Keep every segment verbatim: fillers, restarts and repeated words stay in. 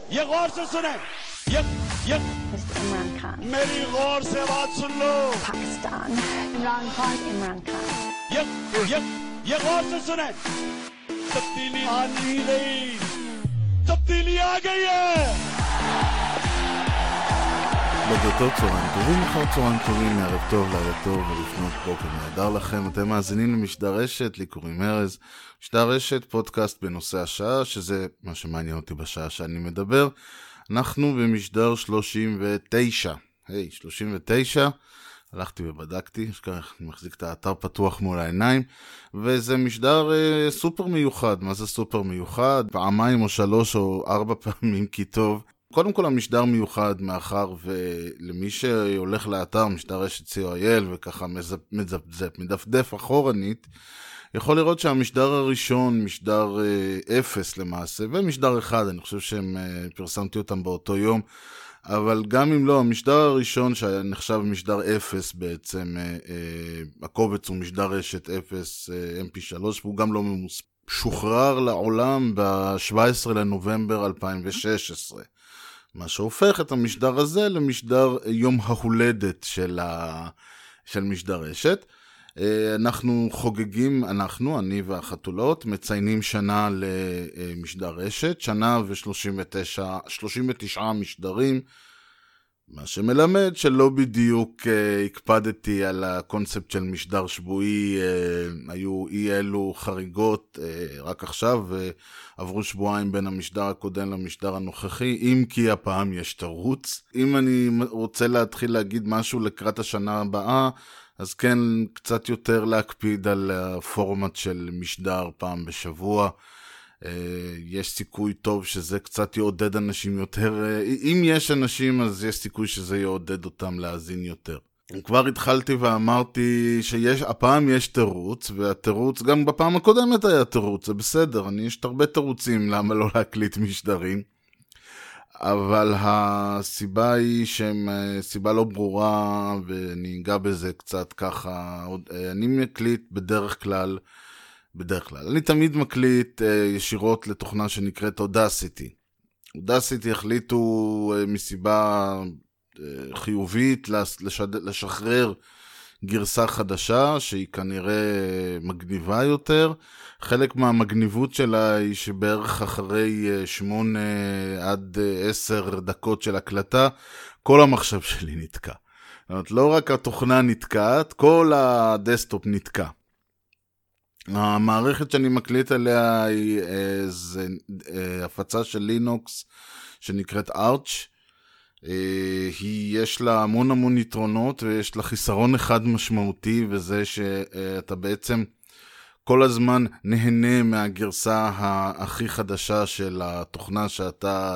ये गौर से सुने ये ये Mister Imran Khan. मेरी गौर से बात सुन लो Pakistan. Imran Khan. Imran Khan. ये ये ये गौर से सुने तब्दीली आ नहीं गई तब्दीली आ गई है בוקר טוב, צהריים טובים, אחר צהריים טובים, מערב טוב, לילה טוב ולפנות בוקר נהדר לכם. אתם מאזינים למשדר רשת, לי קוראים ארז. משדר רשת, פודקאסט בנושא השעה, שזה מה שמעניין אותי בשעה שאני מדבר. אנחנו במשדר שלושים ותשע. היי, שלושים ותשע. הלכתי ובדקתי, שכך אני מחזיק את האתר פתוח מול העיניים, וזה משדר אה, סופר מיוחד. מה זה סופר מיוחד? פעמיים או שלוש או ארבע פעמים כי טוב. קודם כל המשדר מיוחד מאחר ולמי שהולך לאתר משדר רשת סי או איי אל וככה מזפזפ, מדפדף אחורנית, יכול לראות שהמשדר הראשון, משדר אה, אפס למעשה, ומשדר אחד, אני חושב שהם אה, פרסמתי אותם באותו יום, אבל גם אם לא, המשדר הראשון שנחשב משדר אפס בעצם, אה, אה, הקובץ הוא משדר רשת אפס אה, אם פי שלוש, והוא גם לא ממוספר. שוחרר לעולם ב-שבעה עשר לנובמבר אלפיים ושש עשרה. מה שהופך את המשדר הזה למשדר יום ההולדת של, ה... של משדר רשת. אנחנו חוגגים, אנחנו, אני והחתולות, מציינים שנה למשדר רשת, שנה ו-שלושים ותשע, שלושים ותשעה משדרים, מה שמלמד שלא בדיוק uh, הקפדתי על הקונספט של משדר שבועי, uh, היו אי אלו חריגות uh, רק עכשיו, ועברו שבועיים בין המשדר הקודם למשדר הנוכחי, אם כי הפעם יש תירוץ. אם אני רוצה להתחיל להגיד משהו לקראת השנה הבאה, אז כן קצת יותר להקפיד על הפורמט של משדר פעם בשבוע, יש סיכוי טוב שזה קצת יעודד אנשים יותר, אם יש אנשים אז יש סיכוי שזה יעודד אותם להאזין יותר. כבר התחלתי ואמרתי שהפעם יש תירוץ, והתירוץ גם בפעם הקודמת היה תירוץ, זה בסדר, אני יש הרבה תירוצים למה לא להקליט משדרים, אבל הסיבה היא שהם סיבה לא ברורה, ואני אגע בזה קצת ככה. אני מקליט בדרך כלל, בדרך כלל. אני תמיד מקליט ישירות לתוכנה שנקראת Audacity. Audacity החליטו מסיבה חיובית לשחרר גרסה חדשה שהיא כנראה מגניבה יותר. חלק מהמגניבות שלה היא שבערך אחרי שמונה עד עשר דקות של הקלטה, כל המחשב שלי נתקע. זאת אומרת, לא רק התוכנה נתקעת, כל הדסטופ נתקע. המערכת שאני מקליט עליה היא זה, הפצה של לינוקס שנקראת ארץ'. היא יש לה המון המון יתרונות, ויש לה חיסרון אחד משמעותי, וזה שאתה בעצם כל הזמן נהנה מהגרסה הכי חדשה של התוכנה שאתה,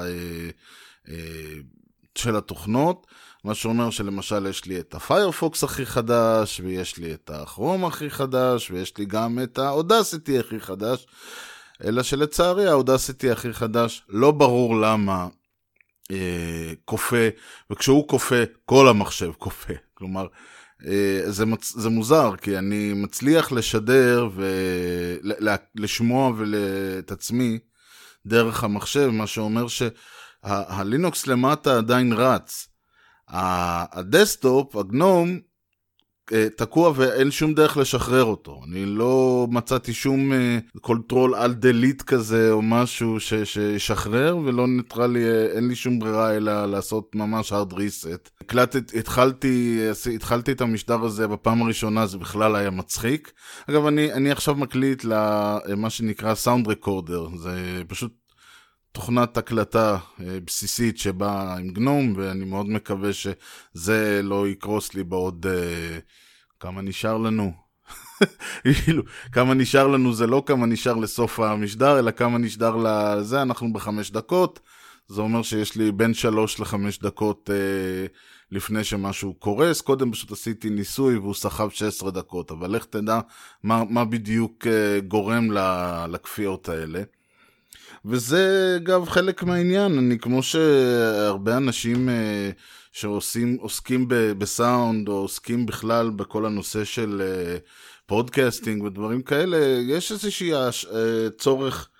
של התוכנות, מה שאומר שלמשל יש לי את הפיירפוקס הכי חדש, ויש לי את הכרום הכי חדש, ויש לי גם את האודסיטי הכי חדש, אלא שלצערי האודסיטי הכי חדש לא ברור למה קופה, וכשהוא קופה כל המחשב קופה. כלומר זה, מצ... זה מוזר, כי אני מצליח לשדר ולשמוע את עצמי דרך המחשב, מה שאומר שהלינוקס למטה עדיין רץ, הדסטופ, הגנום, תקוע ואין שום דרך לשחרר אותו. אני לא מצאתי שום קונטרול על דליט כזה או משהו שישחרר, ולא נתראה לי, אין לי שום ברירה אלא לעשות ממש hard reset. הקלטתי, התחלתי, התחלתי את המשדר הזה בפעם הראשונה, זה בכלל היה מצחיק. אגב, אני, אני עכשיו מקליט למה שנקרא סאונד רקורדר, זה פשוט תוכנת הקלטה בסיסית שבאה עם גנום, ואני מאוד מקווה שזה לא יקרוס לי בעוד כמה נשאר לנו. כמה נשאר לנו זה לא כמה נשאר לסוף המשדר, אלא כמה נשאר לזה. אנחנו בחמש דקות, זה אומר שיש לי בין שלוש לחמש דקות לפני שמשהו קורס. קודם פשוט עשיתי ניסוי והוא סחב שש עשרה דקות, אבל לך תדע מה, מה בדיוק גורם לכפיות האלה. וזה גם חלק מהעניין. אני כמו שהרבה אנשים שעושים, עוסקים בסאונד או עוסקים בכלל בכל הנושא של פודקאסטינג ודברים כאלה, יש איזושהי צורך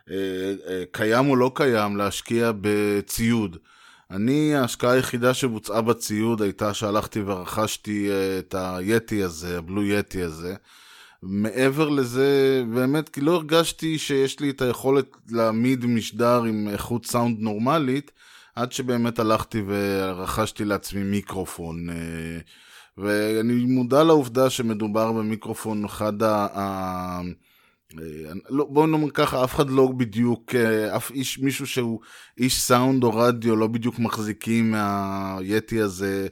קיים או לא קיים להשקיע בציוד. אני, ההשקעה היחידה שבוצעה בציוד הייתה שהלכתי ורכשתי את היטי הזה, הבלו יטי הזה. מעבר לזה, באמת, כי לא הרגשתי שיש לי את היכולת להעמיד משדר עם איכות סאונד נורמלית, עד שבאמת הלכתי ורכשתי לעצמי מיקרופון. ואני מודע לעובדה שמדובר במיקרופון אחד ה... לא, בואו נאמר ככה, אף אחד לא בדיוק, אף איש, מישהו שהוא איש סאונד או רדיו, לא בדיוק מחזיקים מהיטי הזה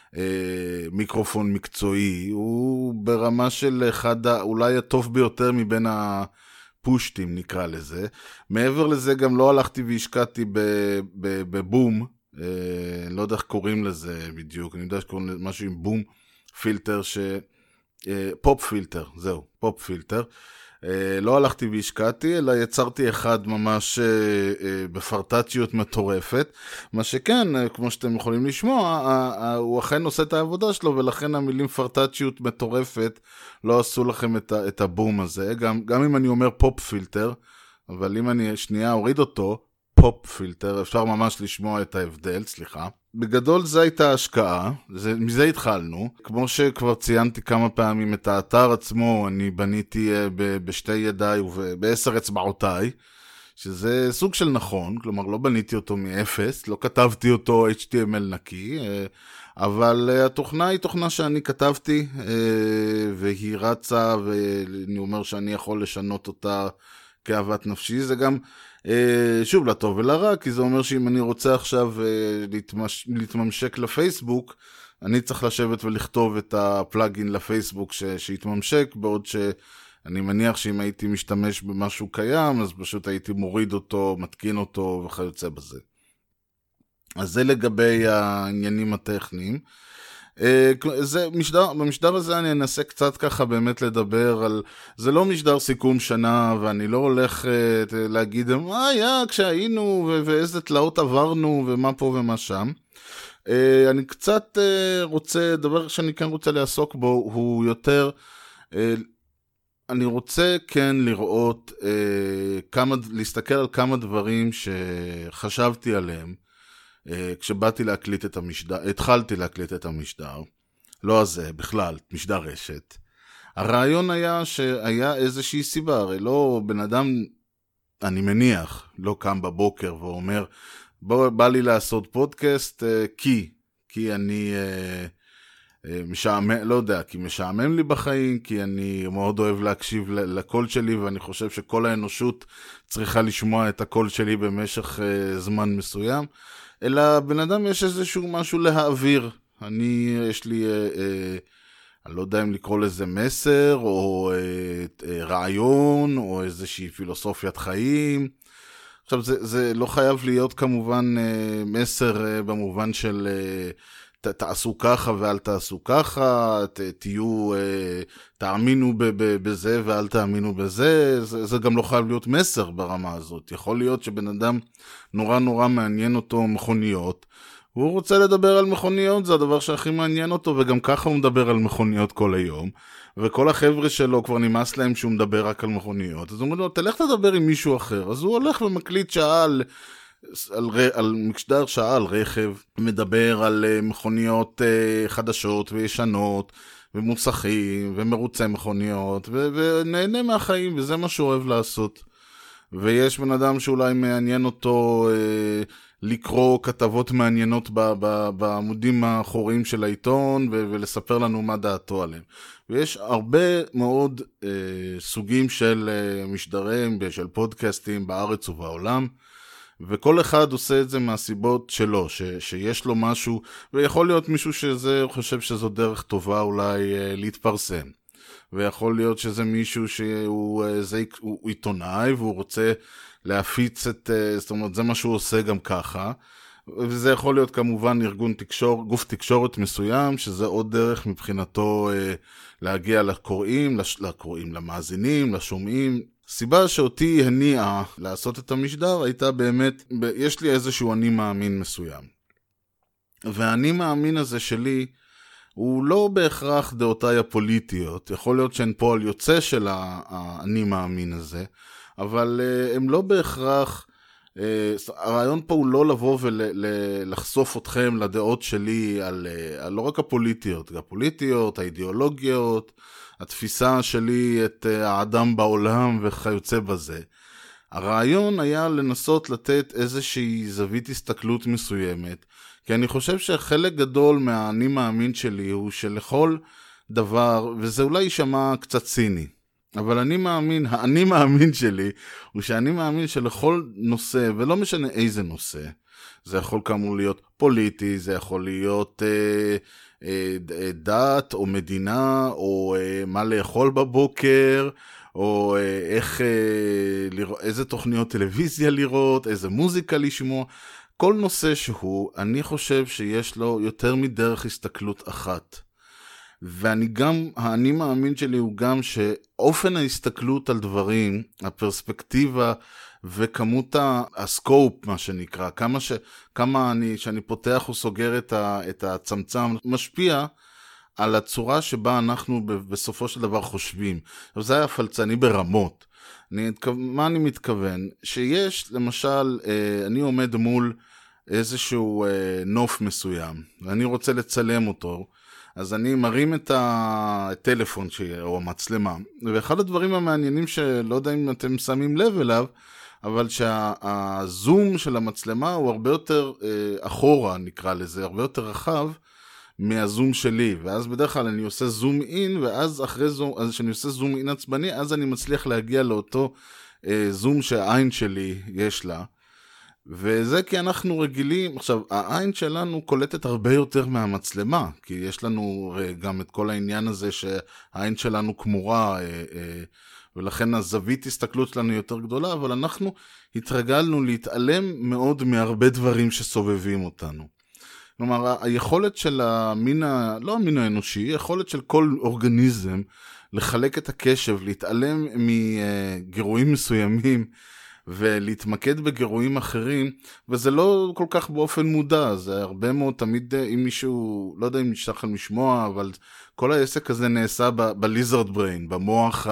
מיקרופון מקצועי. הוא ברמה של אחד, אולי הטוב ביותר מבין הפושטים נקרא לזה. מעבר לזה גם לא הלכתי והשקעתי בבום, לא יודע איך קוראים לזה בדיוק, אני יודע שקוראים לזה משהו עם בום פילטר, ש... פופ פילטר, זהו, פופ פילטר. לא הלכתי והשקעתי, אלא יצרתי אחד ממש בפרטציות מטורפת, מה שכן, כמו שאתם יכולים לשמוע, הוא אכן עושה את העבודה שלו, ולכן המילים פרטציות מטורפת לא עשו לכם את הבום הזה, גם, גם אם אני אומר פופ פילטר, אבל אם אני שנייה אוריד אותו, פופ פילטר, אפשר ממש לשמוע את ההבדל, סליחה. בגדול זה הייתה השקעה, זה, מזה התחלנו. כמו שכבר ציינתי כמה פעמים את האתר עצמו, אני בניתי uh, ב- בשתי ידיי ובעשר אצבעותיי, שזה סוג של נכון, כלומר לא בניתי אותו מאפס, לא כתבתי אותו אייץ' טי אם אל נקי, uh, אבל uh, התוכנה היא תוכנה שאני כתבתי, uh, והיא רצה, ואני אומר שאני יכול לשנות אותה כאהבת נפשי. זה גם... שוב, לטוב ולרע, כי זה אומר שאם אני רוצה עכשיו להתמש... להתממשק לפייסבוק, אני צריך לשבת ולכתוב את הפלאגין לפייסבוק ש... שיתממשק, בעוד שאני מניח שאם הייתי משתמש במשהו קיים, אז פשוט הייתי מוריד אותו, מתקין אותו וכיוצא בזה. אז זה לגבי העניינים הטכניים. זה משדר, במשדר הזה אני אנסה קצת ככה באמת לדבר על, זה לא משדר סיכום שנה, ואני לא הולך uh, להגיד מה היה כשהיינו ו- ואיזה תלאות עברנו ומה פה ומה שם. uh, אני קצת uh, רוצה, דבר שאני כן רוצה לעסוק בו הוא יותר, uh, אני רוצה כן לראות uh, כמה, להסתכל על כמה דברים שחשבתי עליהם כשבאתי להקליט את המשדר, התחלתי להקליט את המשדר, לא הזה, בכלל, משדר רשת. הרעיון היה שהיה איזושהי סיבה, הרי לא בן אדם, אני מניח, לא קם בבוקר ואומר, בוא, בא לי לעשות פודקאסט, כי, כי אני משעמם, לא יודע, כי משעמם לי בחיים, כי אני מאוד אוהב להקשיב לקול שלי, ואני חושב שכל האנושות צריכה לשמוע את הקול שלי במשך זמן מסוים. אלא בן אדם יש איזשהו משהו להעביר. אני, יש לי, אה, אה, אני לא יודע אם לקרוא לזה מסר, או אה, אה, רעיון, או איזושהי פילוסופיית חיים. עכשיו, זה, זה לא חייב להיות כמובן אה, מסר אה, במובן של אה, ת, תעשו ככה ואל תעשו ככה, ת, תהיו, אה, תאמינו ב, ב, בזה ואל תאמינו בזה, זה, זה גם לא חייב להיות מסר ברמה הזאת. יכול להיות שבן אדם נורא נורא מעניין אותו מכוניות, הוא רוצה לדבר על מכוניות, זה הדבר שהכי מעניין אותו, וגם ככה הוא מדבר על מכוניות כל היום, וכל החבר'ה שלו כבר נמאס להם שהוא מדבר רק על מכוניות, אז הוא אומר לו, תלך תדבר עם מישהו אחר, אז הוא הולך ומקליט שעה על... על, על משדר שעה על רכב, מדבר על uh, מכוניות uh, חדשות וישנות ומוסכים ומרוצי מכוניות ו- ונהנה מהחיים, וזה מה שהוא אוהב לעשות. ויש בן אדם שאולי מעניין אותו uh, לקרוא כתבות מעניינות ב- ב- בעמודים האחוריים של העיתון ו- ולספר לנו מה דעתו עליהם. ויש הרבה מאוד uh, סוגים של uh, משדרים, של פודקאסטים בארץ ובעולם, וכל אחד עושה את זה מהסיבות שלו, ש, שיש לו משהו, ויכול להיות מישהו שזה חושב שזו דרך טובה אולי אה, להתפרסם. ויכול להיות שזה מישהו שהוא אה, זה, הוא עיתונאי, והוא רוצה להפיץ את, אה, זאת אומרת, זה מה שהוא עושה גם ככה. וזה יכול להיות כמובן ארגון תקשור, גוף תקשורת מסוים, שזה עוד דרך מבחינתו אה, להגיע לקוראים, לש, לקוראים, למאזינים, לשומעים. סיבה שאותי הניעה לעשות את המשדר הייתה באמת, יש לי איזשהו אני מאמין מסוים. והאני מאמין הזה שלי הוא לא בהכרח דעותיי הפוליטיות, יכול להיות שהן פועל יוצא של האני מאמין הזה, אבל uh, הם לא בהכרח, uh, הרעיון פה הוא לא לבוא ולחשוף אתכם לדעות שלי על, uh, על לא רק הפוליטיות, הפוליטיות, האידיאולוגיות, התפיסה שלי את uh, האדם בעולם וכיוצא בזה. הרעיון היה לנסות לתת איזושהי זווית הסתכלות מסוימת, כי אני חושב שחלק גדול מהאני מאמין שלי הוא שלכל דבר, וזה אולי יישמע קצת ציני, אבל אני מאמין, האני מאמין שלי הוא שאני מאמין שלכל נושא, ולא משנה איזה נושא, זה יכול כאמור להיות פוליטי, זה יכול להיות אה, אה, דת או מדינה, או אה, מה לאכול בבוקר, או אה, איך, אה, לראות, איזה תוכניות טלוויזיה לראות, איזה מוזיקה לשמוע, כל נושא שהוא, אני חושב שיש לו יותר מדרך הסתכלות אחת. ואני גם, האני מאמין שלי הוא גם שאופן ההסתכלות על דברים, הפרספקטיבה וכמות הסקופ, מה שנקרא, כמה, ש, כמה אני, שאני פותח וסוגר את, ה, את הצמצם, משפיע על הצורה שבה אנחנו בסופו של דבר חושבים. זה היה פלצני ברמות. אני, מה אני מתכוון? שיש, למשל, אני עומד מול איזשהו נוף מסוים, ואני רוצה לצלם אותו, אז אני מרים את הטלפון שלי, או המצלמה. ואחד הדברים המעניינים שלא יודע אם אתם שמים לב אליו, אבל שהזום של המצלמה הוא הרבה יותר אחורה, נקרא לזה, הרבה יותר רחב מהזום שלי. ואז בדרך כלל אני עושה זום אין, ואז אחרי זום, אז כשאני עושה זום אין עצבני, אז אני מצליח להגיע לאותו זום שהעין שלי יש לה. וזה כי אנחנו רגילים, עכשיו, העין שלנו קולטת הרבה יותר מהמצלמה, כי יש לנו גם את כל העניין הזה שהעין שלנו כמורה, ולכן הזווית הסתכלות שלנו יותר גדולה, אבל אנחנו התרגלנו להתעלם מאוד מהרבה דברים שסובבים אותנו. כלומר, היכולת של המין, לא המין האנושי, היכולת של כל אורגניזם לחלק את הקשב, להתעלם מגירויים מסוימים, ולהתמקד בגירויים אחרים, וזה לא כל כך באופן מודע, זה הרבה מאוד, תמיד אם מישהו, לא יודע אם נשתכל משמוע, אבל כל העסק הזה נעשה בליזרד בריין, במוח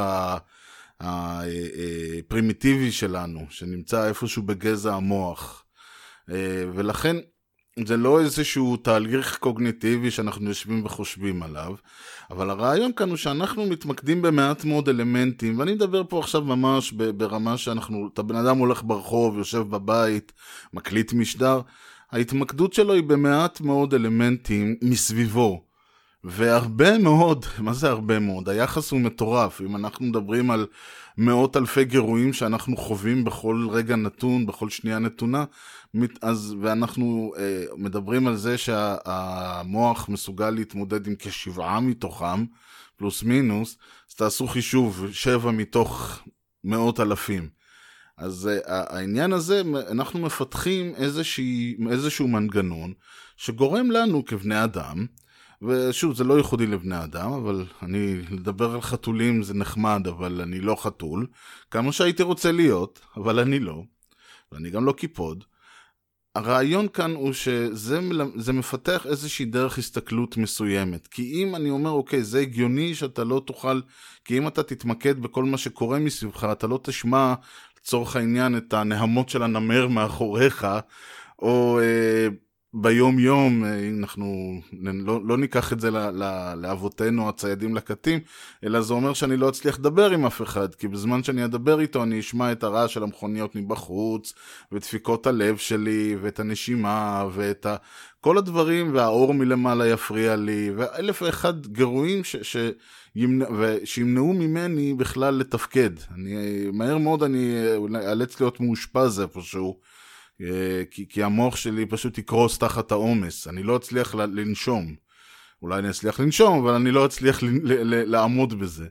הפרימיטיבי שלנו, שנמצא איפשהו בגזע המוח, ולכן זה לא איזשהו תהליך קוגניטיבי שאנחנו יושבים וחושבים עליו, אבל הרעיון כאן הוא שאנחנו מתמקדים במעט מאוד אלמנטים, ואני מדבר פה עכשיו ממש ברמה שאנחנו, את הבן אדם הולך ברחוב, יושב בבית, מקליט משדר, ההתמקדות שלו היא במעט מאוד אלמנטים מסביבו, והרבה מאוד, מה זה הרבה מאוד? היחס הוא מטורף, אם אנחנו מדברים על מאות אלפי גירויים שאנחנו חווים בכל רגע נתון, בכל שנייה נתונה, אז, ואנחנו אה, מדברים על זה שהמוח מסוגל להתמודד עם כשבעה מתוכם, פלוס מינוס, אז תעשו חישוב, שבע מתוך מאות אלפים. אז אה, העניין הזה, אנחנו מפתחים איזשהו, איזשהו מנגנון, שגורם לנו כבני אדם, ושוב, זה לא ייחודי לבני אדם, אבל אני, לדבר על חתולים זה נחמד, אבל אני לא חתול, כמה שהייתי רוצה להיות, אבל אני לא, ואני גם לא קיפוד. הרעיון כאן הוא שזה זה מפתח איזושהי דרך הסתכלות מסוימת, כי אם אני אומר, אוקיי, זה הגיוני שאתה לא תוכל, כי אם אתה תתמקד בכל מה שקורה מסביבך, אתה לא תשמע לצורך העניין את הנהמות של הנמר מאחוריך, או אה, ביום יום, אנחנו לא, לא ניקח את זה לאבותינו הציידים לקטים, אלא זה אומר שאני לא אצליח לדבר עם אף אחד, כי בזמן שאני אדבר איתו אני אשמע את הרעש של המכוניות מבחוץ, ודפיקות הלב שלי, ואת הנשימה, ואת ה... כל הדברים, והאור מלמעלה יפריע לי, ואלף ואחד גירויים ש... ש... ימנע... שימנעו ממני בכלל לתפקד. אני... מהר מאוד אני אאלץ להיות מאושפז איפשהו, כי, כי המוח שלי פשוט יקרוס תחת העומס, אני לא אצליח לנשום, אולי אני אצליח לנשום, אבל אני לא אצליח ל, ל, ל, לעמוד בזה.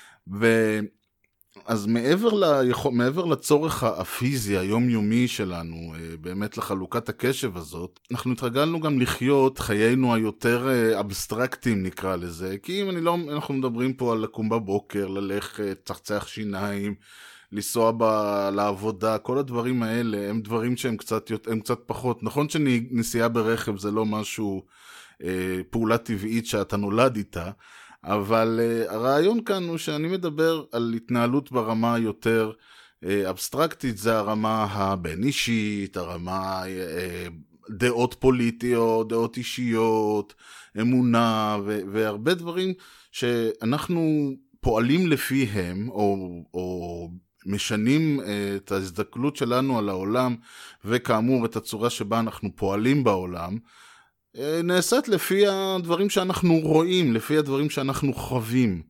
אז מעבר, ליכול, מעבר לצורך הפיזי, היומיומי שלנו, באמת לחלוקת הקשב הזאת, אנחנו התרגלנו גם לחיות חיינו היותר אבסטרקטיים נקרא לזה, כי אם אני לא, אנחנו מדברים פה על לקום בבוקר, ללכת, צחצח שיניים, לנסוע ב- לעבודה, כל הדברים האלה הם דברים שהם קצת, הם קצת פחות. נכון שנסיעה ברכב זה לא משהו, אה, פעולה טבעית שאתה נולד איתה, אבל אה, הרעיון כאן הוא שאני מדבר על התנהלות ברמה יותר אבסטרקטית זה הרמה הבין אישית, הרמה דעות פוליטיות, דעות אישיות, אמונה והרבה דברים שאנחנו פועלים לפיהם או, או משנים את ההזדקלות שלנו על העולם וכאמור את הצורה שבה אנחנו פועלים בעולם, נעשית לפי הדברים שאנחנו רואים, לפי הדברים שאנחנו חווים.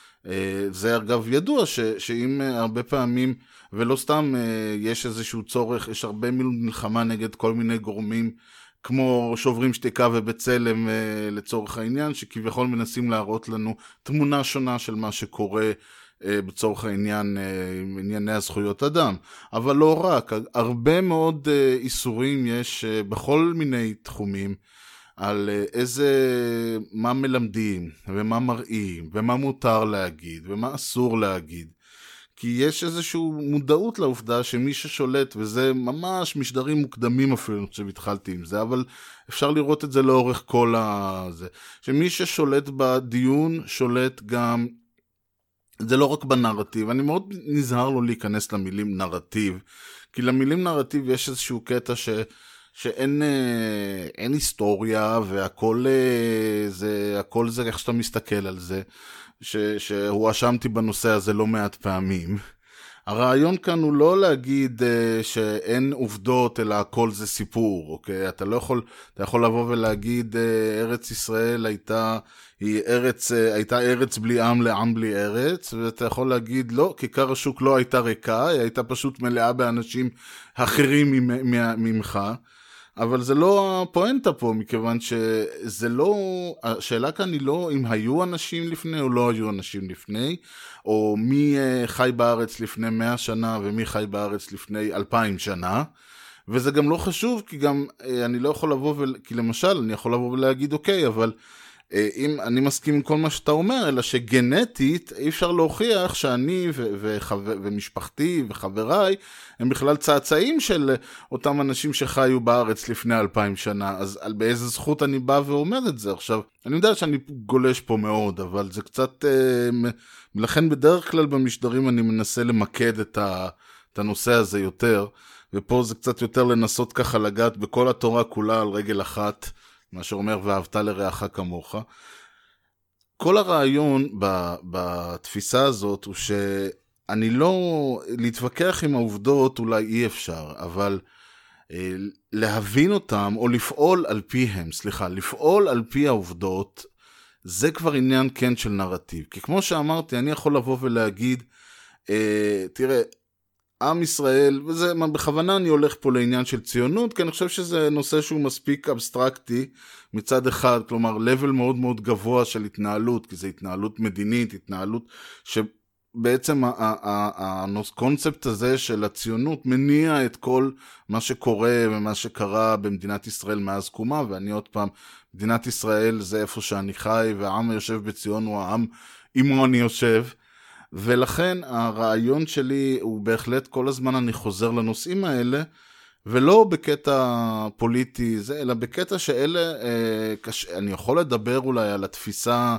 זה אגב ידוע ש, שאם הרבה פעמים, ולא סתם יש איזשהו צורך, יש הרבה מלחמה נגד כל מיני גורמים, כמו שוברים שתיקה ובצלם לצורך העניין, שכביכול מנסים להראות לנו תמונה שונה של מה שקורה בצורך העניין, ענייני הזכויות אדם. אבל לא רק, הרבה מאוד איסורים יש בכל מיני תחומים, על איזה, מה מלמדים, ומה מראים, ומה מותר להגיד, ומה אסור להגיד. כי יש איזושהי מודעות לעובדה שמי ששולט, וזה ממש משדרים מוקדמים אפילו, אני חושב התחלתי עם זה, אבל אפשר לראות את זה לאורך כל הזה. שמי ששולט בדיון, שולט גם, זה לא רק בנרטיב, אני מאוד נזהר לו להיכנס למילים נרטיב, כי למילים נרטיב יש איזשהו קטע ש... שאין אין היסטוריה, והכל זה, הכל זה איך שאתה מסתכל על זה, ש, שהוא אשמתי בנושא הזה לא מעט פעמים. הרעיון כאן הוא לא להגיד שאין עובדות, אלא הכל זה סיפור, אוקיי? אתה לא יכול, אתה יכול לבוא ולהגיד, ארץ ישראל הייתה, היא ארץ, הייתה ארץ בלי עם לעם בלי ארץ, ואתה יכול להגיד, לא, כיכר השוק לא הייתה ריקה, היא הייתה פשוט מלאה באנשים אחרים ממך, אבל זה לא הפואנטה פה, מכיוון שזה לא, השאלה כאן היא לא אם היו אנשים לפני או לא היו אנשים לפני, או מי חי בארץ לפני מאה שנה ומי חי בארץ לפני אלפיים שנה, וזה גם לא חשוב, כי גם אני לא יכול לבוא, ול... כי למשל אני יכול לבוא ולהגיד אוקיי, אבל אם אני מסכים עם כל מה שאתה אומר, אלא שגנטית אי אפשר להוכיח שאני ו- וחו- ומשפחתי וחבריי הם בכלל צאצאים של אותם אנשים שחיו בארץ לפני אלפיים שנה, אז על באיזה זכות אני בא ואומר את זה עכשיו? אני יודע שאני גולש פה מאוד, אבל זה קצת, לכן בדרך כלל במשדרים אני מנסה למקד את, ה- את הנושא הזה יותר, ופה זה קצת יותר לנסות ככה לגעת בכל התורה כולה על רגל אחת, מה שאומר ואהבת לרעך כמוך. כל הרעיון בתפיסה הזאת הוא שאני לא, להתווכח עם העובדות אולי אי אפשר, אבל להבין אותם או לפעול על פיהם, סליחה, לפעול על פי העובדות, זה כבר עניין כן של נרטיב. כי כמו שאמרתי, אני יכול לבוא ולהגיד, תראה, עם ישראל, וזה, בכוונה אני הולך פה לעניין של ציונות, כי אני חושב שזה נושא שהוא מספיק אבסטרקטי מצד אחד, כלומר, לבל מאוד מאוד גבוה של התנהלות, כי זה התנהלות מדינית, התנהלות שבעצם הקונספט הזה של הציונות מניע את כל מה שקורה ומה שקרה במדינת ישראל מאז קומה, ואני עוד פעם, מדינת ישראל זה איפה שאני חי, והעם היושב בציון הוא העם עמו אני יושב, ולכן הרעיון שלי הוא בהחלט כל הזמן אני חוזר לנושאים האלה, ולא בקטע פוליטי זה, אלא בקטע שאלה, אה, קש... אני יכול לדבר אולי על התפיסה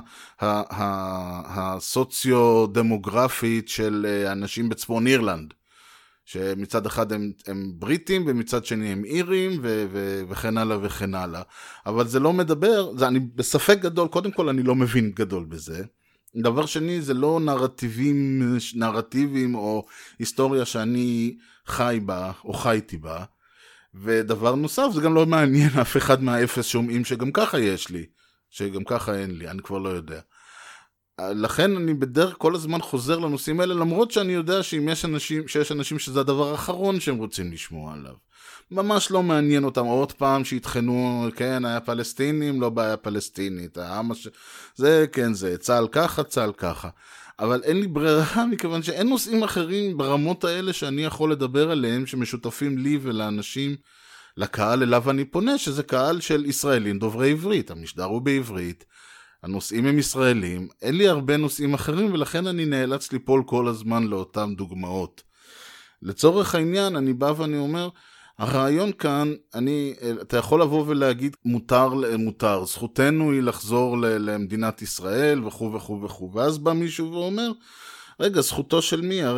הסוציו-דמוגרפית של אנשים בצפון אירלנד, שמצד אחד הם, הם בריטים, ומצד שני הם אירים, ו- ו- וכן הלאה וכן הלאה. אבל זה לא מדבר, זה, אני בספק גדול, קודם כל אני לא מבין גדול בזה, דבר שני, זה לא נרטיבים, נרטיבים או היסטוריה שאני חי בה או חייתי בה. ודבר נוסף, זה גם לא מעניין אף אחד מהאפס שומעים שגם ככה יש לי, שגם ככה אין לי, אני כבר לא יודע. לכן אני בדרך כל הזמן חוזר לנושאים האלה, למרות שאני יודע שאם יש אנשים, שיש אנשים שזה הדבר האחרון שהם רוצים לשמוע עליו. ממש לא מעניין אותם, עוד פעם שהתחנו, כן, היה פלסטינים, לא בעיה פלסטינית, המש... זה, כן, זה, צהל ככה, צהל ככה. אבל אין לי ברירה, מכיוון שאין נושאים אחרים ברמות האלה שאני יכול לדבר עליהם, שמשותפים לי ולאנשים, לקהל אליו אני פונה, שזה קהל של ישראלים דוברי עברית, המשדר הוא בעברית, הנושאים הם ישראלים, אין לי הרבה נושאים אחרים, ולכן אני נאלץ ליפול כל הזמן לאותם דוגמאות. לצורך העניין, אני בא ואני אומר, הרעיון כאן, אני, אתה יכול לבוא ולהגיד, מותר, מותר, זכותנו היא לחזור למדינת ישראל, וכו' וכו' וכו', ואז בא מישהו ואומר, רגע, זכותו של מי? הרי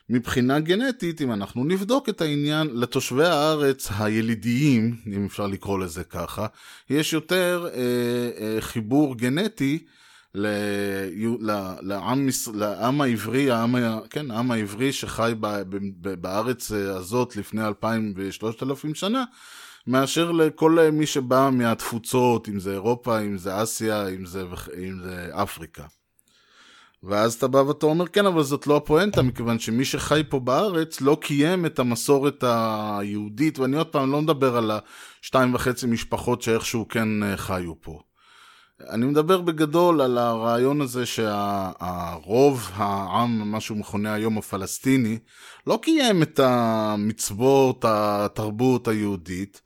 מבחינה גנטית, אם אנחנו נבדוק את העניין, לתושבי הארץ הילידיים, אם אפשר לקרוא לזה ככה, יש יותר אה, אה, חיבור גנטי ל, ל, לעם, לעם העברי, העם, כן, העם העברי שחי ב, ב, ב, בארץ הזאת לפני אלפיים ושלושת אלפים שנה, מאשר לכל מי שבא מהתפוצות, אם זה אירופה, אם זה אסיה, אם זה, אם זה אפריקה. ואז אתה בא ואתה אומר, כן, אבל זאת לא הפואנטה, מכיוון שמי שחי פה בארץ לא קיים את המסורת היהודית, ואני עוד פעם לא מדבר על השתיים וחצי משפחות שאיכשהו כן חיו פה. אני מדבר בגדול על הרעיון הזה שהרוב העם, מה שהוא מכונה היום הפלסטיני, לא קיים את המצוות, התרבות היהודית,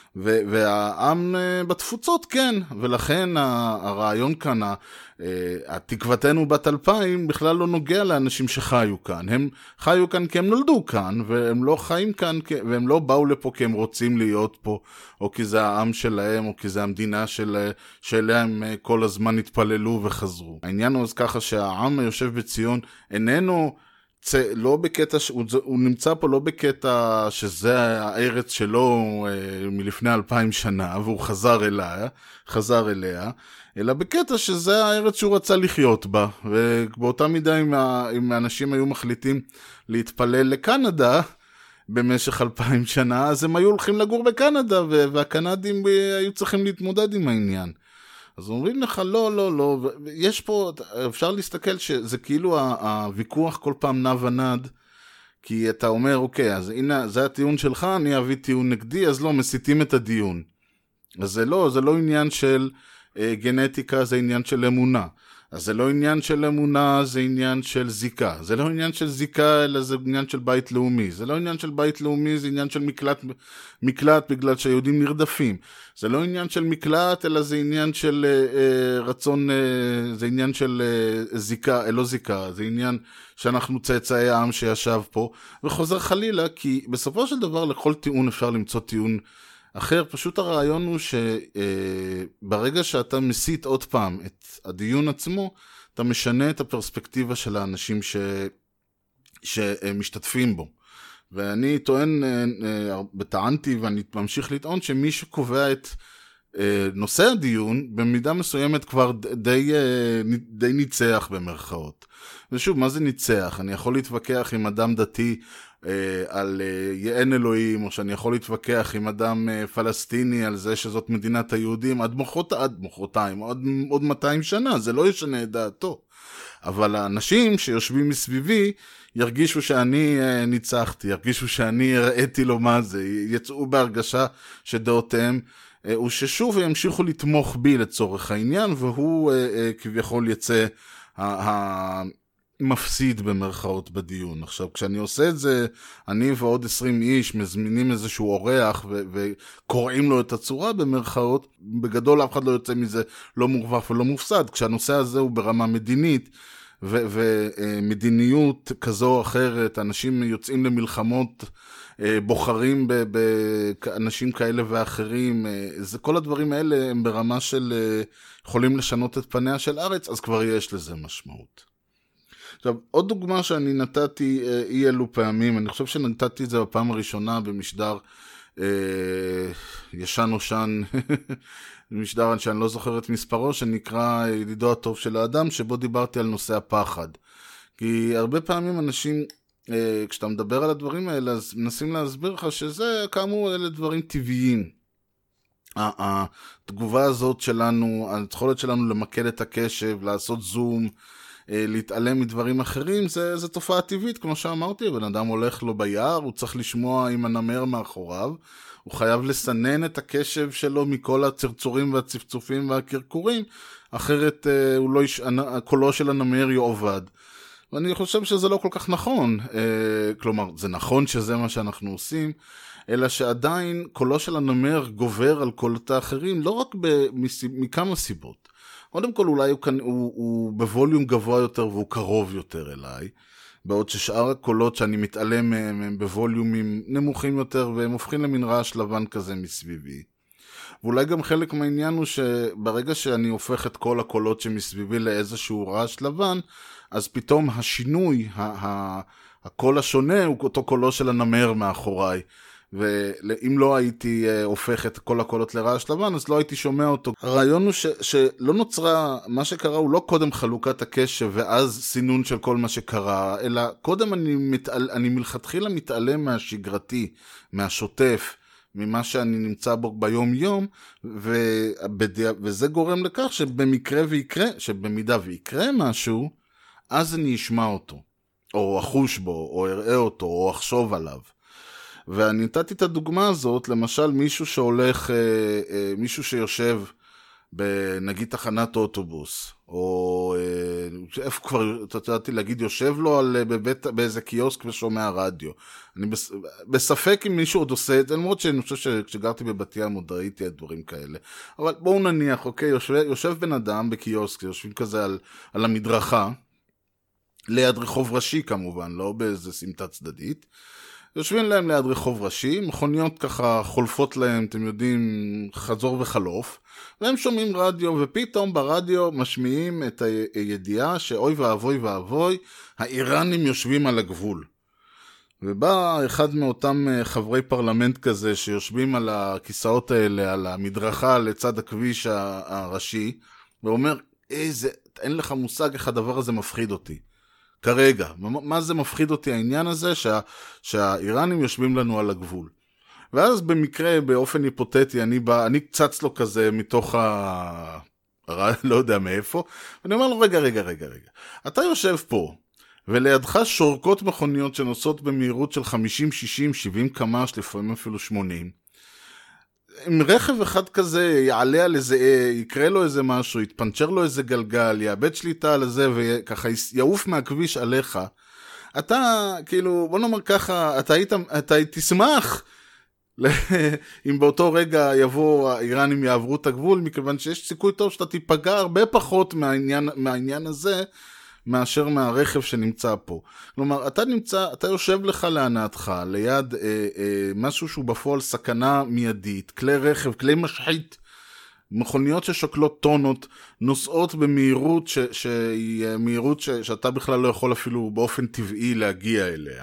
והעם בתפוצות כן, ולכן הרעיון כאן, התקוותנו בת אלפיים בכלל לא נוגע לאנשים שחיו כאן. הם חיו כאן כי הם נולדו כאן, והם לא חיים כאן, והם לא באו לפה כי הם רוצים להיות פה, או כי זה העם שלהם, או כי זה המדינה של, שאליה הם כל הזמן התפללו וחזרו. העניין הוא אז ככה שהעם היושב בציון איננו, לא בקטע, הוא, הוא נמצא פה לא בקטע שזה הארץ שלו אה, מלפני אלפיים שנה, והוא חזר אליה, חזר אליה, אלא בקטע שזה הארץ שהוא רצה לחיות בה, ובאותה מידה אם, אם האנשים היו מחליטים להתפלל לקנדה במשך אלפיים שנה, אז הם היו הולכים לגור בקנדה, והקנדים היו צריכים להתמודד עם העניין. אז אומרים לך, לא, לא, לא, יש פה, אפשר להסתכל שזה כאילו הוויכוח כל פעם נע ונד, כי אתה אומר, אוקיי, אז הנה, זה הטיעון שלך, אני אביא טיעון נגדי, אז לא, מסיתים את הדיון. אז זה לא, זה לא עניין של אה, גנטיקה, זה עניין של אמונה. אז זה לא עניין של אמונה, זה עניין של זיקה. זה לא עניין של זיקה, אלא זה עניין של בית לאומי. זה לא עניין של בית לאומי, זה עניין של מקלט, מקלט בגלל שהיהודים נרדפים. זה לא עניין של מקלט, אלא זה עניין של אה, רצון, אה, זה עניין של אה, זיקה, אה, לא זיקה, זה עניין שאנחנו צאצאי העם שישב פה, וחוזר חלילה, כי בסופו של דבר לכל טיעון אפשר למצוא טיעון אחר. פשוט הרעיון הוא שברגע שאתה מסית עוד פעם את הדיון עצמו, אתה משנה את הפרספקטיבה של האנשים ש... שמשתתפים בו. ואני טוען, בטענתי ואני ממשיך לטעון, שמי שקובע את נושא הדיון, במידה מסוימת כבר די, די ניצח במרכאות. ושוב, מה זה ניצח? אני יכול להתווכח עם אדם דתי על יען אלוהים, או שאני יכול להתווכח עם אדם פלסטיני על זה שזאת מדינת היהודים עד מוחרות, עד מוחרתיים, עוד, עוד מאתיים שנה, זה לא ישנה את דעתו. אבל האנשים שיושבים מסביבי ירגישו שאני ניצחתי, ירגישו שאני הראיתי לו מה זה, יצאו בהרגשה שדעותיהם, וששוב ימשיכו לתמוך בי לצורך העניין, והוא כביכול יצא מפסיד במרכאות בדיון. עכשיו, כשאני עושה את זה, אני ועוד עשרים איש מזמינים איזשהו אורח ו- וקוראים לו את הצורה במרכאות, בגדול אף אחד לא יוצא מזה לא מורווח ולא מופסד. כשהנושא הזה הוא ברמה מדינית ומדיניות כזו או אחרת, אנשים יוצאים למלחמות, בוחרים באנשים כאלה ואחרים, זה, כל הדברים האלה הם ברמה של יכולים לשנות את פניה של ארץ, אז כבר יש לזה משמעות. עכשיו, עוד דוגמה שאני נתתי אי אלו פעמים, אני חושב שנתתי את זה בפעם הראשונה במשדר אה, ישן או שן, משדר שאני לא זוכר את מספרו, שנקרא ידידו הטוב של האדם, שבו דיברתי על נושא הפחד. כי הרבה פעמים אנשים, אה, כשאתה מדבר על הדברים האלה, אז מנסים להסביר לך שזה, כאמור, אלה דברים טבעיים. התגובה הזאת שלנו, היכולת שלנו למקד את הקשב, לעשות זום, להתעלם מדברים אחרים, זה, זה תופעה טבעית, כמו שאמרתי, הבן אדם הולך לו ביער, הוא צריך לשמוע עם הנמר מאחוריו, הוא חייב לסנן את הקשב שלו מכל הצרצורים והצפצופים והקרקורים, אחרת הוא לא יש... קולו של הנמר יעובד. ואני חושב שזה לא כל כך נכון, כלומר, זה נכון שזה מה שאנחנו עושים, אלא שעדיין קולו של הנמר גובר על קולות האחרים, לא רק במס... מכמה סיבות. קודם כל אולי הוא, כאן, הוא, הוא בווליום גבוה יותר והוא קרוב יותר אליי, בעוד ששאר הקולות שאני מתעלם מהם הם בווליומים נמוכים יותר והם הופכים למין רעש לבן כזה מסביבי. ואולי גם חלק מהעניין הוא שברגע שאני הופך את כל הקולות שמסביבי לאיזשהו רעש לבן, אז פתאום השינוי, הקול השונה הוא אותו קולו של הנמר מאחוריי. ואם לא הייתי הופך את כל הקולות לרעש לבן, אז לא הייתי שומע אותו. הרעיון הוא ש, שלא נוצרה, מה שקרה הוא לא קודם חלוקת הקשב ואז סינון של כל מה שקרה, אלא קודם אני, מתעל, אני מלכתחילה מתעלם מהשגרתי, מהשוטף, ממה שאני נמצא בו ביום יום, ובדיע, וזה גורם לכך שבמקרה ויקרה, שבמידה ויקרה משהו, אז אני אשמע אותו, או אחוש בו, או אראה אותו, או אחשוב עליו. ואני נתתי את הדוגמה הזאת, למשל מישהו שהולך, מישהו שיושב בנגיד תחנת אוטובוס, או איפה כבר, תתתי להגיד, יושב לו על, בבית, באיזה קיוסק ושומע רדיו. אני בס, בספק אם מישהו עוד עושה את זה, למרות שאני חושב שכשגרתי בבת ים עוד ראיתי את דברים כאלה. אבל בואו נניח, אוקיי, יושב, יושב בן אדם בקיוסק, יושבים כזה על, על המדרכה, ליד רחוב ראשי כמובן, לא באיזה סמטה צדדית, יושבים להם ליד רחוב ראשי, מכוניות ככה חולפות להם, אתם יודעים, חזור וחלוף, והם שומעים רדיו, ופתאום ברדיו משמיעים את הידיעה שאוי ואבוי ואבוי, האיראנים יושבים על הגבול. ובא אחד מאותם חברי פרלמנט כזה, שיושבים על הכיסאות האלה, על המדרכה לצד הכביש הראשי, ואומר, איזה, אין לך מושג איך הדבר הזה מפחיד אותי. כרגע, מה זה מפחיד אותי העניין הזה שה, שהאיראנים יושבים לנו על הגבול. ואז במקרה, באופן היפותטי, אני בא, אני קצץ לו כזה מתוך ה... לא יודע מאיפה, ואני אומר לו, רגע, רגע, רגע, רגע. אתה יושב פה, ולידך שורקות מכוניות שנוסעות במהירות של חמישים, שישים, שבעים קמ"ש, לפעמים אפילו שמונים. אם רכב אחד כזה יעלה על איזה, יקרה לו איזה משהו, יתפנצ'ר לו איזה גלגל, יאבד שליטה על זה וככה יעוף מהכביש עליך, אתה כאילו, בוא נאמר ככה, אתה, היית, אתה תשמח אם באותו רגע יבוא האיראנים יעברו את הגבול, מכיוון שיש סיכוי טוב שאתה תיפגע הרבה פחות מהעניין, מהעניין הזה, מאשר מהרכב שנמצא פה. כלומר, אתה נמצא, אתה יושב לך להנאתך, ליד אה, אה, משהו שהוא בפועל סכנה מיידית, כלי רכב, כלי משחית, מכוניות ששוקלות טונות, נוסעות במהירות ש, שהיא מהירות ש, שאתה בכלל לא יכול אפילו באופן טבעי להגיע אליה.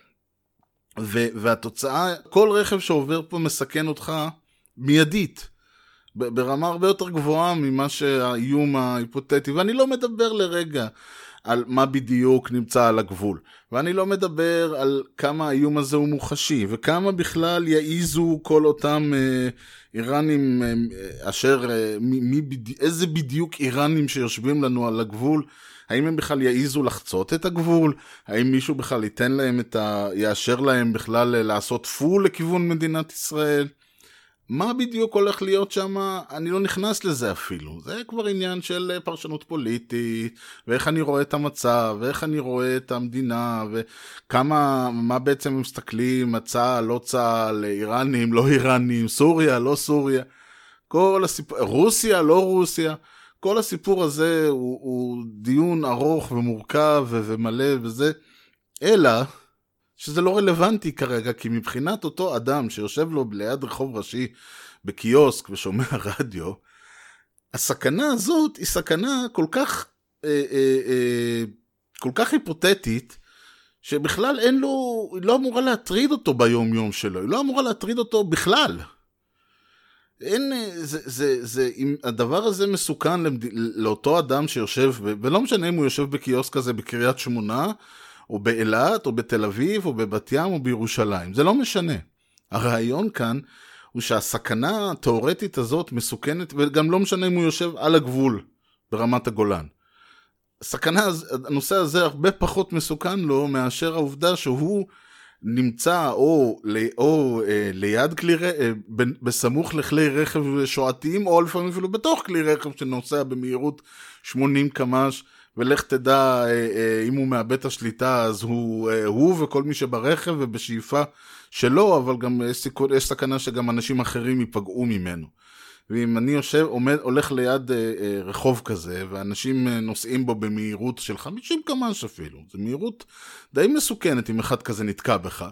ו, והתוצאה, כל רכב שעובר פה מסכן אותך מיידית. ברמה הרבה יותר גבוהה ממה שהאיום ההיפותטי, ואני לא מדבר לרגע על מה בדיוק נמצא על הגבול, ואני לא מדבר על כמה האיום הזה הוא מוחשי, וכמה בכלל יעיזו כל אותם אה, איראנים, אה, אשר, אה, מי, מי, איזה בדיוק איראנים שיושבים לנו על הגבול, האם הם בכלל יעיזו לחצות את הגבול, האם מישהו בכלל ייתן להם את ה... יאשר להם בכלל לעשות פול לכיוון מדינת ישראל, מה בדיוק הולך להיות שם? אני לא נכנס לזה אפילו. זה כבר עניין של פרשנות פוליטית, ואיך אני רואה את המצב, ואיך אני רואה את המדינה, וכמה, מה בעצם הם מסתכלים, צה"ל, לא צה"ל, איראנים, לא איראנים, סוריה, לא סוריה, כל הסיפור, רוסיה, לא רוסיה, כל הסיפור הזה הוא, הוא דיון ארוך ומורכב ומלא וזה, אלא שזה לא רלוונטי כרגע, כי מבחינת אותו אדם שיושב לו ליד רחוב ראשי בקיוסק ושומע רדיו, הסכנה הזאת היא סכנה כל כך, אה, אה, אה, כל כך היפותטית, שבכלל אין לו, היא לא אמורה להטריד אותו ביום יום שלו, היא לא אמורה להטריד אותו בכלל. אין, זה, זה, זה, אם הדבר הזה מסוכן לאותו אדם שיושב, ולא משנה אם הוא יושב בקיוסק הזה בקריית שמונה, או באילת, או בתל אביב, או בבת ים, או בירושלים. זה לא משנה. הרעיון כאן הוא שהסכנה התיאורטית הזאת מסוכנת, וגם לא משנה אם הוא יושב על הגבול ברמת הגולן. הסכנה, הנושא הזה הרבה פחות מסוכן לו, מאשר העובדה שהוא נמצא או, או אה, ליד כלי רכב, בסמוך לכלי רכב שועתיים, או לפעמים אפילו בתוך כלי רכב שנוסע במהירות שמונים קמ"ש, ולך תדע, אה, אה, אם הוא מאבד את השליטה, אז הוא, אה, הוא וכל מי שברכב ובשאיפה שלו, אבל גם יש, סיכון, יש סכנה שגם אנשים אחרים ייפגעו ממנו. ואם אני יושב, עומד, הולך ליד אה, אה, רחוב כזה, ואנשים אה, נוסעים בו במהירות של חמישים קמ"ש אפילו, זו מהירות די מסוכנת אם אחד כזה נתקע בך.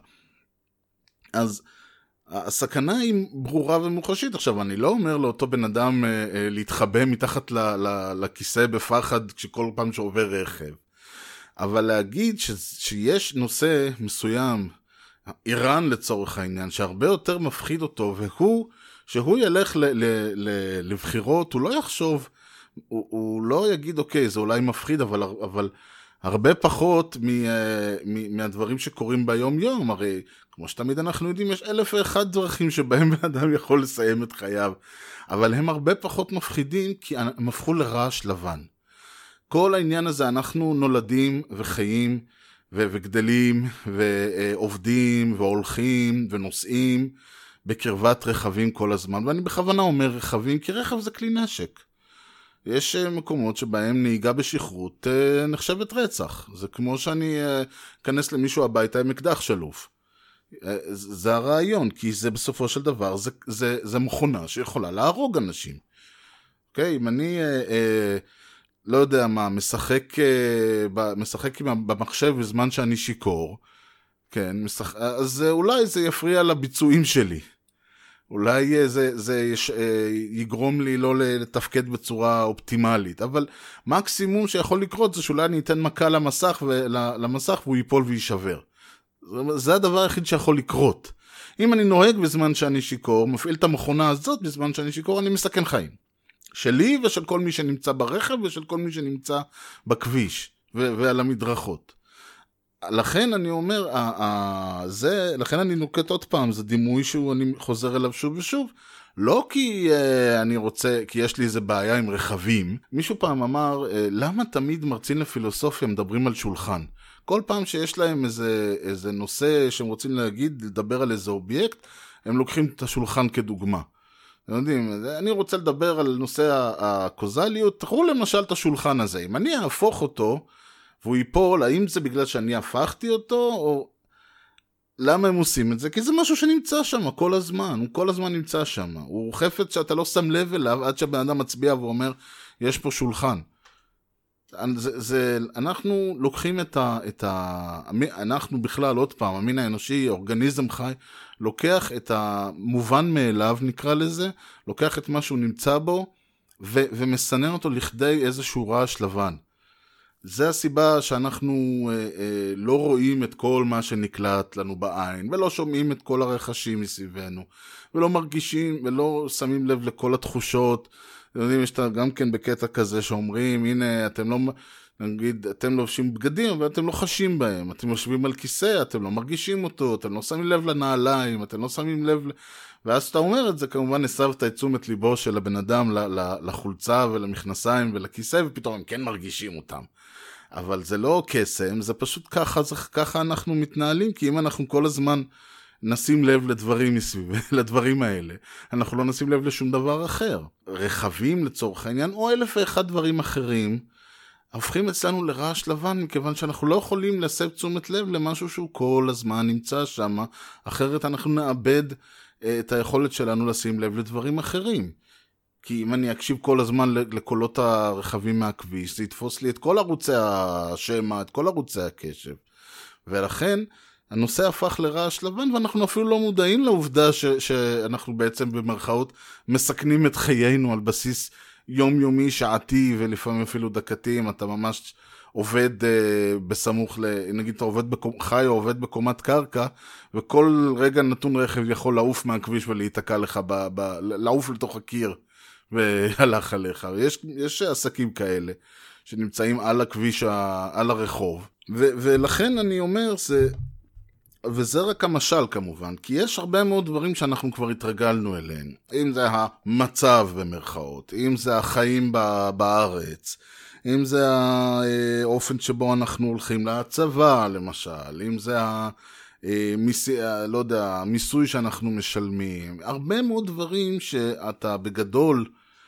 אז הסכנה היא ברורה ומוחשית. עכשיו, אני לא אומר לאותו בן אדם אה, אה, להתחבא מתחת ל, ל, לכיסא בפחד כשכל פעם שעובר רכב. אבל להגיד ש, שיש נושא מסוים, איראן לצורך העניין, שהרבה יותר מפחיד אותו, והוא, שהוא ילך ל, ל, ל, לבחירות, הוא לא יחשוב, הוא, הוא לא יגיד, אוקיי, זה אולי מפחיד, אבל, אבל הרבה פחות מ, מ, מהדברים שקורים ביום יום, הרי כמו שתמיד אנחנו יודעים, יש אלף ואחד דרכים שבהם בן אדם יכול לסיים את חייו, אבל הם הרבה פחות מפחידים, כי הם הפכו לרעש לבן. כל העניין הזה, אנחנו נולדים וחיים ו- וגדלים ועובדים והולכים ונוסעים בקרבת רכבים כל הזמן, ואני בכוונה אומר רכבים, כי רכב זה כלי נשק. יש מקומות שבהם נהיגה בשכרות נחשבת רצח. זה כמו שאני אכנס למישהו הביתה עם אקדח שלוף. זה הרעיון, כי זה בסופו של דבר, זה, זה, זה מכונה שיכולה להרוג אנשים. אוקיי, אם אני אה, אה, לא יודע מה, משחק, אה, משחק במחשב בזמן שאני שיקור, כן, משחק, אז אולי זה יפריע לביצועים שלי. אולי זה, זה יש, יגרום לי לא לתפקד בצורה אופטימלית, אבל מקסימום שיכול לקרות זה שאולי אני אתן מכה למסך, למסך והוא ייפול וישבר. זה הדבר היחיד שיכול לקרות. אם אני נוהג בזמן שאני שיקור, מפעיל את המכונה הזאת בזמן שאני שיקור, אני מסכן חיים. שלי ושל כל מי שנמצא ברכב ושל כל מי שנמצא בכביש ו- ועל המדרכות. לכן אני אומר, ה- ה- זה, לכן אני נוקט עוד פעם, זה דימוי שאני חוזר אליו שוב ושוב, לא כי uh, אני רוצה, כי יש לי איזה בעיה עם רכבים. מישהו פעם אמר, uh, למה תמיד מרצים לפילוסופיה מדברים על שולחן? כל פעם שיש להם איזה, איזה נושא שהם רוצים להגיד, לדבר על איזה אובייקט, הם לוקחים את השולחן כדוגמה. אתם יודעים, אני רוצה לדבר על נושא הקוזליות, תראו למשל את השולחן הזה. אם אני אהפוך אותו, והוא ייפול, האם זה בגלל שאני הפכתי אותו, או למה הם עושים את זה? כי זה משהו שנמצא שם כל הזמן, הוא כל הזמן נמצא שם. הוא חפץ שאתה לא שם לב אליו, עד שהבן אדם מצביע ואומר, יש פה שולחן. זה, זה, אנחנו לוקחים את ה, את ה, אנחנו בכלל עוד פעם, המין האנושי, אורגניזם חי, לוקח את המובן מאליו, נקרא לזה, לוקח את מה שהוא נמצא בו, ו, ומסנן אותו לכדי איזשהו רעש לבן. זה הסיבה שאנחנו אה, אה, לא רואים את כל מה שנקלט לנו בעין, ולא שומעים את כל הרכשים מסביבנו, ולא מרגישים, ולא שמים לב לכל התחושות. אתם יודעים, יש גם כן בקטע כזה שאומרים, הנה, אתם לא, נגיד, אתם לובשים בגדים, אבל אתם לא חשים בהם, אתם יושבים על כיסא, אתם לא מרגישים אותו, אתם לא שמים לב לנעליים, אתם לא שמים לב, ואז שאתה אומר את זה, כמובן הסבת את תשומת ליבו של הבן אדם לחולצה ולמכנסיים ולכיסא, ופתאום הם כן מרגישים אותם. אבל זה לא קסם, זה פשוט ככה, זה, ככה אנחנו מתנהלים, כי אם אנחנו כל הזמן נשים לב לדברים מסביב, לדברים האלה, אנחנו לא נשים לב לשום דבר אחר. רכבים לצורך העניין, או אלף ואחד דברים אחרים, הופכים אצלנו לרעש לבן, מכיוון שאנחנו לא יכולים להסב תשומת לב למשהו שהוא כל הזמן נמצא שם, אחרת אנחנו נאבד את היכולת שלנו לשים לב לדברים אחרים. כי אם אני אקשיב כל הזמן לקולות הרכבים מהכביש, זה יתפוס לי את כל ערוצי השמע, את כל ערוצי הקשב. ולכן הנושא הפך לרעש לבן, ואנחנו אפילו לא מודעים לעובדה ש- שאנחנו בעצם במרכאות מסכנים את חיינו על בסיס יומיומי, שעתי ולפעמים אפילו דקתי. אם אתה ממש עובד אה, בסמוך, ל... נגיד אתה עובד בקומ... חי או עובד בקומת קרקע, וכל רגע נתון רכב יכול לעוף מהכביש ולהיתקע לך, ב... ב... לעוף לתוך הקיר. והלך עליך. יש, יש עסקים כאלה שנמצאים על הכביש, על הרחוב. ו, ולכן אני אומר, זה, וזה רק המשל כמובן, כי יש הרבה מאוד דברים שאנחנו כבר התרגלנו אליהם. אם זה המצב במרכאות, אם זה החיים בארץ, אם זה האופן שבו אנחנו הולכים לצבא למשל, אם זה ה... מיסי, לא יודע, המיסוי שאנחנו משלמים, הרבה מאוד דברים שאתה בגדול,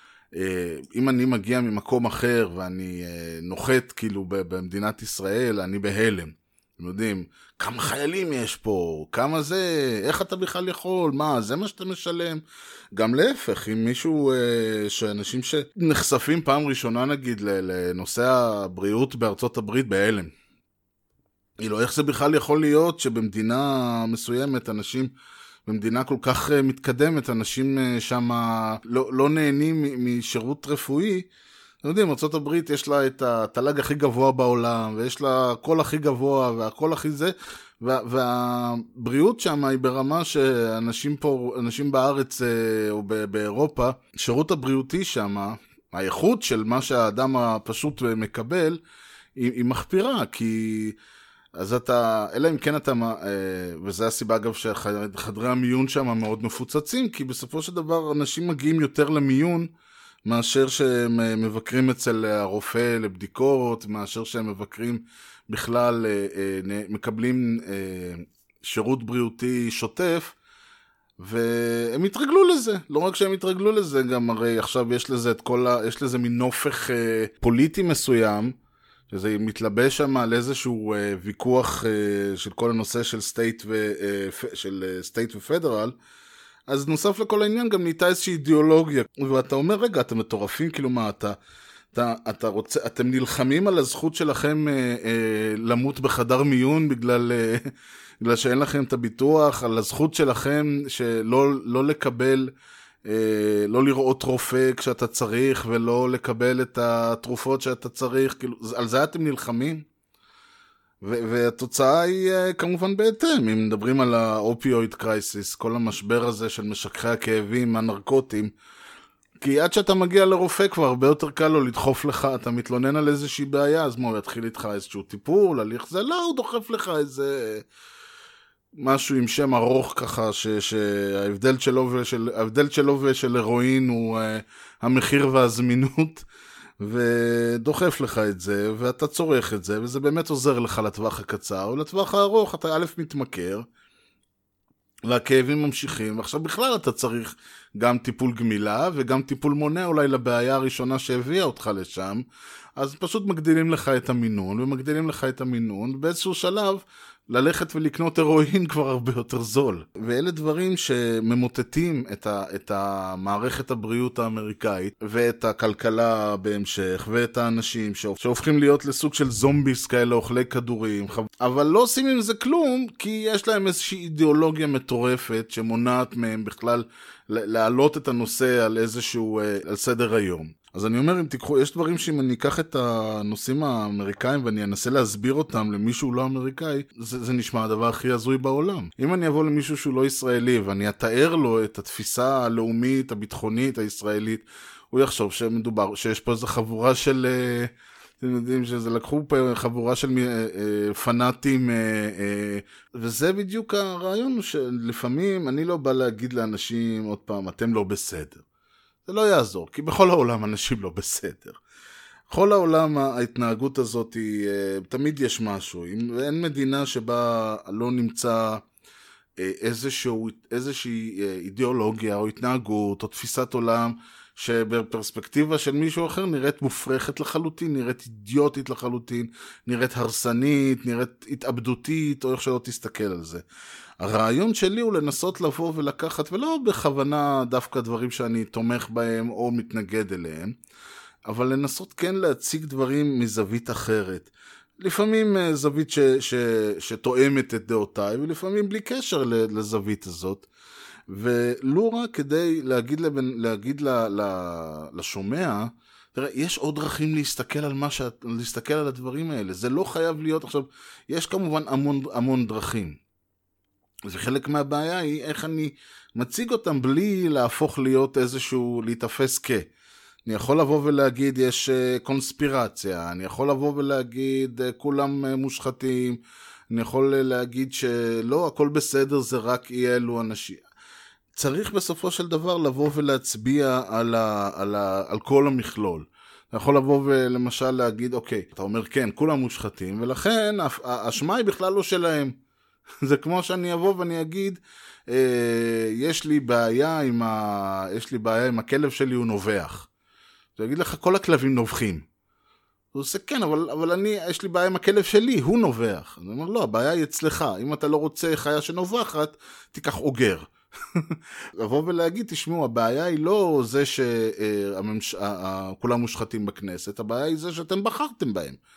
אם אני מגיע ממקום אחר ואני נוחת כאילו במדינת ישראל, אני בהלם. אתם יודעים, כמה חיילים יש פה, כמה זה, איך אתה בכלל יכול, מה, זה מה שאתה משלם? גם להפך, אם מישהו, שאנשים שנחשפים פעם ראשונה נגיד לנושא הבריאות בארצות הברית בהלם. אילו, איך זה בכלל יכול להיות שבמדינה מסוימת, אנשים, במדינה כל כך מתקדמת, אנשים שם לא, לא נהנים משירות רפואי, אתם יודעים, ארצות הברית יש לה את התל"ג הכי גבוה בעולם, ויש לה הקול הכי גבוה, והקול הכי זה, וה, והבריאות שם היא ברמה שאנשים פה, אנשים בארץ או באירופה, שירות הבריאותי שם, האיכות של מה שהאדם הפשוט מקבל, היא, היא מחפירה, כי אז אתה, אלא אם כן אתה, וזה הסיבה אגב שחדרי המיון שם מאוד מפוצצים, כי בסופו של דבר אנשים מגיעים יותר למיון, מאשר שהם מבקרים אצל הרופא לבדיקות, מאשר שהם מבקרים בכלל, מקבלים שירות בריאותי שוטף, והם התרגלו לזה. לא רק שהם התרגלו לזה, גם הרי עכשיו יש לזה את כל ה... יש לזה מין נופך פוליטי מסוים, שזה מתלבש שם על איזשהו ויכוח של כל הנושא של סטייט ו... של סטייט ופדרל, אז נוסף לכל העניין גם נהייתה איזושהי אידיאולוגיה, ואתה אומר, רגע, אתם מטורפים, כאילו מה, אתה, אתה, אתה רוצה, אתם נלחמים על הזכות שלכם אה, אה, למות בחדר מיון בגלל, אה, בגלל שאין לכם את הביטוח, על הזכות שלכם שלא לא לקבל, אה, לא לראות רופא כשאתה צריך, ולא לקבל את התרופות שאתה צריך, כאילו, על זה אתם נלחמים? והתוצאה היא כמובן בהתאם, אם מדברים על האופיואיד קרייסיס, כל המשבר הזה של משככי הכאבים, הנרקוטים, כי עד שאתה מגיע לרופא כבר הרבה יותר קל לו לדחוף לך, אתה מתלונן על איזושהי בעיה, אז מה, הוא יתחיל איתך איזשהו טיפול, הליך זה, לא, הוא דוחף לך איזה משהו עם שם ארוך ככה, ש, שההבדל שלו ושל, ההבדל שלו ושל הרואין הוא uh, המחיר והזמינות, ודוחף לך את זה, ואתה צורך את זה, וזה באמת עוזר לך לטווח הקצר, ולטווח הארוך אתה א' מתמכר, והכאבים ממשיכים, ועכשיו בכלל אתה צריך גם טיפול גמילה, וגם טיפול מונע אולי לבעיה הראשונה שהביאה אותך לשם, אז פשוט מגדילים לך את המינון, ומגדילים לך את המינון, ובאיזשהו שלב ללכת ולקנות הרואין כבר הרבה יותר זול. ואלה דברים שממוטטים את, ה, את המערכת הבריאות האמריקאית, ואת הכלכלה בהמשך, ואת האנשים שהופכים להיות לסוג של זומביס כאלה, אוכלי כדורים, אבל לא עושים עם זה כלום, כי יש להם איזושהי אידיאולוגיה מטורפת, שמונעת מהם בכלל להעלות את הנושא על איזשהו, על סדר היום. אז אני אומר, אם תיקחו, יש דברים שאם אני אקח את הנושאים האמריקאים ואני אנסה להסביר אותם למישהו לא אמריקאי, זה, זה נשמע הדבר הכי הזוי בעולם. אם אני אבוא למישהו שהוא לא ישראלי ואני אתאר לו את התפיסה הלאומית, הביטחונית, הישראלית, הוא יחשוב שמדובר, שיש פה איזו חבורה של, אתם יודעים שזה לקחו פה חבורה של פנאטים, וזה בדיוק הרעיון שלפעמים אני לא בא להגיד לאנשים עוד פעם, אתם לא בסדר. זה לא יעזור, כי בכל העולם אנשים לא בסדר. בכל העולם ההתנהגות הזאת היא, תמיד יש משהו. אין מדינה שבה לא נמצא איזשהו, איזושהי אידיאולוגיה או התנהגות או תפיסת עולם, שבפרספקטיבה של מישהו אחר נראית מופרכת לחלוטין, נראית אידיוטית לחלוטין, נראית הרסנית, נראית התאבדותית, או איך שלא תסתכל על זה. הרעיון שלי הוא לנסות לבוא ולקחת, ולא בכוונה דווקא דברים שאני תומך בהם או מתנגד אליהם, אבל לנסות כן להציג דברים מזווית אחרת. לפעמים זווית ש, ש, שתואמת את דעותיי, ולפעמים בלי קשר לזווית הזאת. ולא רק כדי להגיד, לבן, להגיד ל, ל, לשומע, תראה, יש עוד דרכים להסתכל על מה ש... להסתכל על הדברים האלה. זה לא חייב להיות, עכשיו, יש כמובן המון, המון דרכים. וחלק מהבעיה היא איך אני מציג אותם בלי להפוך להיות איזשהו, להתאפס כ. אני יכול לבוא ולהגיד יש קונספירציה, אני יכול לבוא ולהגיד כולם מושחתים, אני יכול להגיד שלא, הכל בסדר, זה רק אי אלו אנשים. צריך בסופו של דבר לבוא ולהצביע על, ה, על, ה, על כל המכלול. אתה יכול לבוא ולמשל להגיד, אוקיי, אתה אומר כן, כולם מושחתים, ולכן האשמה היא בכלל לא שלהם. זה כמו שאני אבוא ואני אגיד, אה, יש לי בעיה עם ה... יש לי בעיה עם הכלב שלי, הוא נובח. זה יגיד לך, כל הכלבים נובחים. הוא עושה, כן, אבל, אבל אני, יש לי בעיה עם הכלב שלי, הוא נובח. אני אומר, לא, הבעיה היא אצלך. אם אתה לא רוצה חיה שנובחת, תיקח אוגר. לבוא ולהגיד, תשמעו, הבעיה היא לא זה שכולם מושחתים בכנסת, הבעיה היא זה שאתם בחרתם בהם.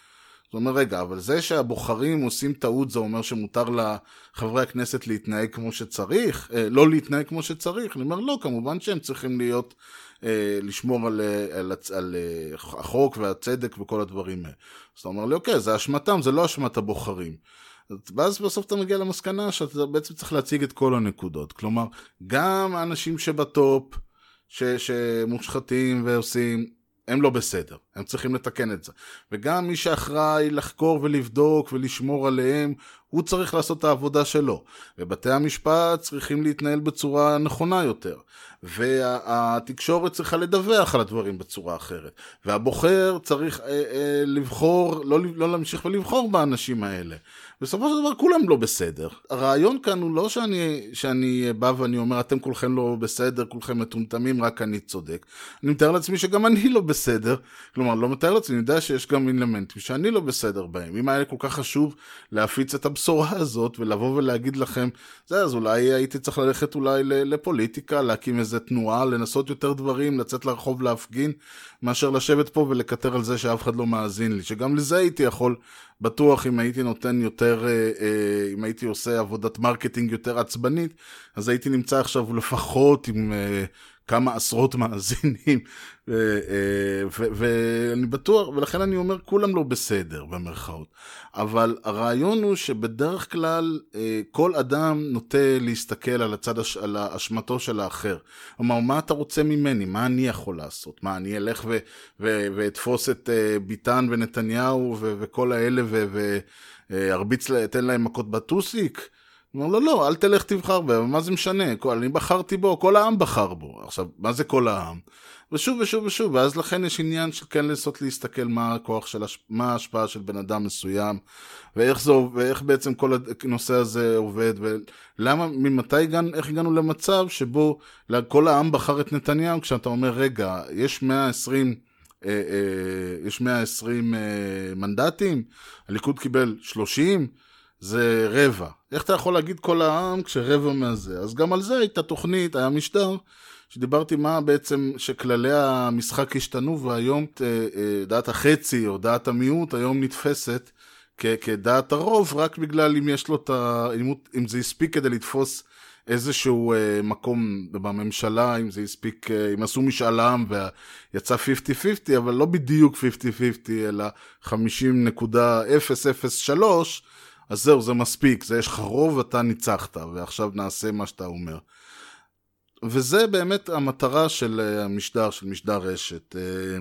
זאת אומרת, רגע, אבל זה שהבוחרים עושים טעות, זה אומר שמותר לחברי הכנסת להתנהג כמו שצריך, לא להתנהג כמו שצריך. אני אומר, לא, כמובן שהם צריכים להיות, לשמור על, על, על החוק והצדק וכל הדברים האלה. אז אתה אומר לי, אוקיי, זה אשמתם, זה לא אשמת הבוחרים. ואז בסוף אתה מגיע למסקנה שאתה בעצם צריך להציג את כל הנקודות. כלומר, גם האנשים שבטופ, ש, שמושחתים ועושים, הם לא בסדר, הם צריכים לתקן את זה. וגם מי שאחראי לחקור ולבדוק ולשמור עליהם, הוא צריך לעשות את העבודה שלו. ובתי המשפט צריכים להתנהל בצורה נכונה יותר. והתקשורת צריכה לדווח על הדברים בצורה אחרת. והבוחר צריך אה, אה, לבחור, לא, לא להמשיך ולבחור באנשים האלה. בסופו של דבר כולם לא בסדר. הרעיון כאן הוא לא שאני, שאני בא ואני אומר, אתם כולכם לא בסדר, כולכם מטומטמים, רק אני צודק. אני מתאר לעצמי שגם אני לא בסדר. כלומר, לא מתאר לעצמי, אני יודע שיש גם אלמנטים שאני לא בסדר בהם. אם היה כל כך חשוב להפיץ את הבשורה הזאת ולבוא ולהגיד לכם, זה, אז אולי הייתי צריך ללכת אולי לפוליטיקה, להקים איזה תנועה, לנסות יותר דברים, לצאת לרחוב להפגין, מאשר לשבת פה ולקטר על זה שאף אחד לא מאזין לי. שגם לזה הייתי יכול, בטוח אם הייתי נותן יותר, אם הייתי עושה עבודת מרקטינג יותר עצבנית, אז הייתי נמצא עכשיו לפחות עם כמה עשרות מאזינים, ואני בטוח, ולכן אני אומר, כולם לא בסדר במרכאות. אבל הרעיון הוא שבדרך כלל כל אדם נוטה להסתכל על הצד, על האשמתו של האחר. כלומר, מה אתה רוצה ממני? מה אני יכול לעשות? מה, אני אלך ואתפוס את ביטן ונתניהו וכל האלה והרביץ, אתן להם מכות בטוסיק? אומר לו, לא, אל תלך תבחר בו, מה זה משנה? אני בחרתי בו, כל העם בחר בו. עכשיו, מה זה כל העם? ושוב ושוב ושוב, ואז לכן יש עניין של כן לנסות להסתכל מה הכוח של, מה ההשפעה של בן אדם מסוים, ואיך זה, ואיך בעצם כל הנושא הזה עובד, ולמה, ממתי הגענו, איך הגענו למצב שבו כל העם בחר את נתניהו, כשאתה אומר, רגע, יש מאה ועשרים, אה, אה, יש מאה ועשרים אה, מנדטים, הליכוד קיבל שלושים, זה רבע. איך אתה יכול להגיד כל העם כשרבע מהזה? אז גם על זה הייתה תוכנית, היה משדר, שדיברתי מה בעצם שכללי המשחק השתנו, והיום דעת החצי או דעת המיעוט היום נתפסת כ- כדעת הרוב, רק בגלל אם יש לו את ה... אם זה הספיק כדי לתפוס איזשהו מקום בממשלה, אם זה הספיק, אם עשו משאל עם ויצא חמישים חמישים, אבל לא בדיוק חמישים חמישים, אלא חמישים נקודה אפס אפס שלוש, אז זהו, זה מספיק, זה יש לך רוב, אתה ניצחת, ועכשיו נעשה מה שאתה אומר. וזה באמת המטרה של המשדר, של משדר רשת.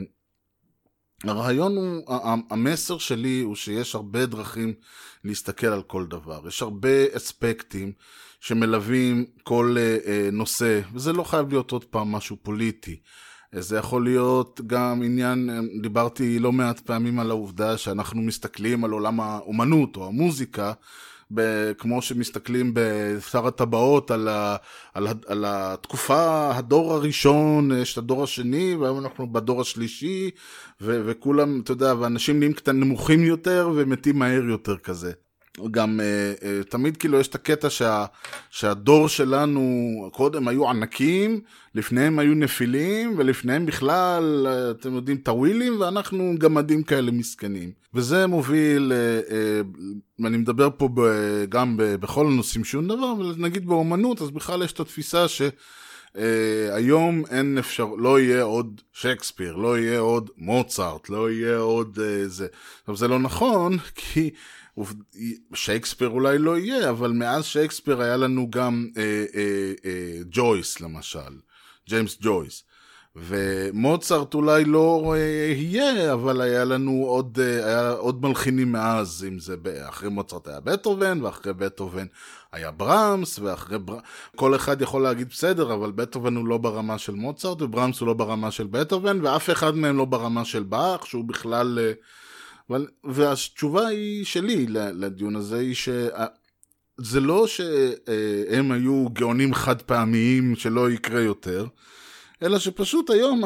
הרעיון הוא, המסר שלי הוא שיש הרבה דרכים להסתכל על כל דבר. יש הרבה אספקטים שמלווים כל נושא, וזה לא חייב להיות עוד פעם משהו פוליטי. זה יכול להיות גם עניין, דיברתי לא מעט פעמים על העובדה שאנחנו מסתכלים על עולם האומנות או המוזיקה, כמו שמסתכלים בשר הטבעות על, ה, על, ה, על התקופה, הדור הראשון, יש את הדור השני, והיום אנחנו בדור השלישי, ו, וכולם, אתה יודע, ואנשים נהיים קטן נמוכים יותר ומתים מהר יותר כזה. גם uh, uh, תמיד כאילו יש את הקטע שה, שהדור שלנו קודם היו ענקים, לפניהם היו נפילים, ולפניהם בכלל, uh, אתם יודעים, טווילים, ואנחנו גמדים כאלה מסכנים. וזה מוביל, uh, uh, אני מדבר פה ב, גם ב, בכל הנושאים שום דבר, אבל נגיד באומנות, אז בכלל יש את התפיסה ש... Uh, היום אין אפשר, לא יהיה עוד שייקספיר, לא יהיה עוד מוצרט, לא יהיה עוד uh, זה. אבל זה לא נכון, כי שייקספיר אולי לא יהיה, אבל מאז שייקספיר היה לנו גם uh, uh, uh, ג'ויס למשל, ג'יימס ג'ויס. ומוצרט אולי לא יהיה, אבל היה לנו עוד, היה עוד מלחינים מאז, אם זה אחרי מוצרט היה בטהובן, ואחרי בטהובן היה ברמס, ואחרי בר... כל אחד יכול להגיד בסדר, אבל בטהובן הוא לא ברמה של מוצרט, וברמס הוא לא ברמה של בטהובן, ואף אחד מהם לא ברמה של באך, שהוא בכלל... אבל... והתשובה היא שלי לדיון הזה, היא ש... זה לא שהם היו גאונים חד פעמיים שלא יקרה יותר, אלא שפשוט היום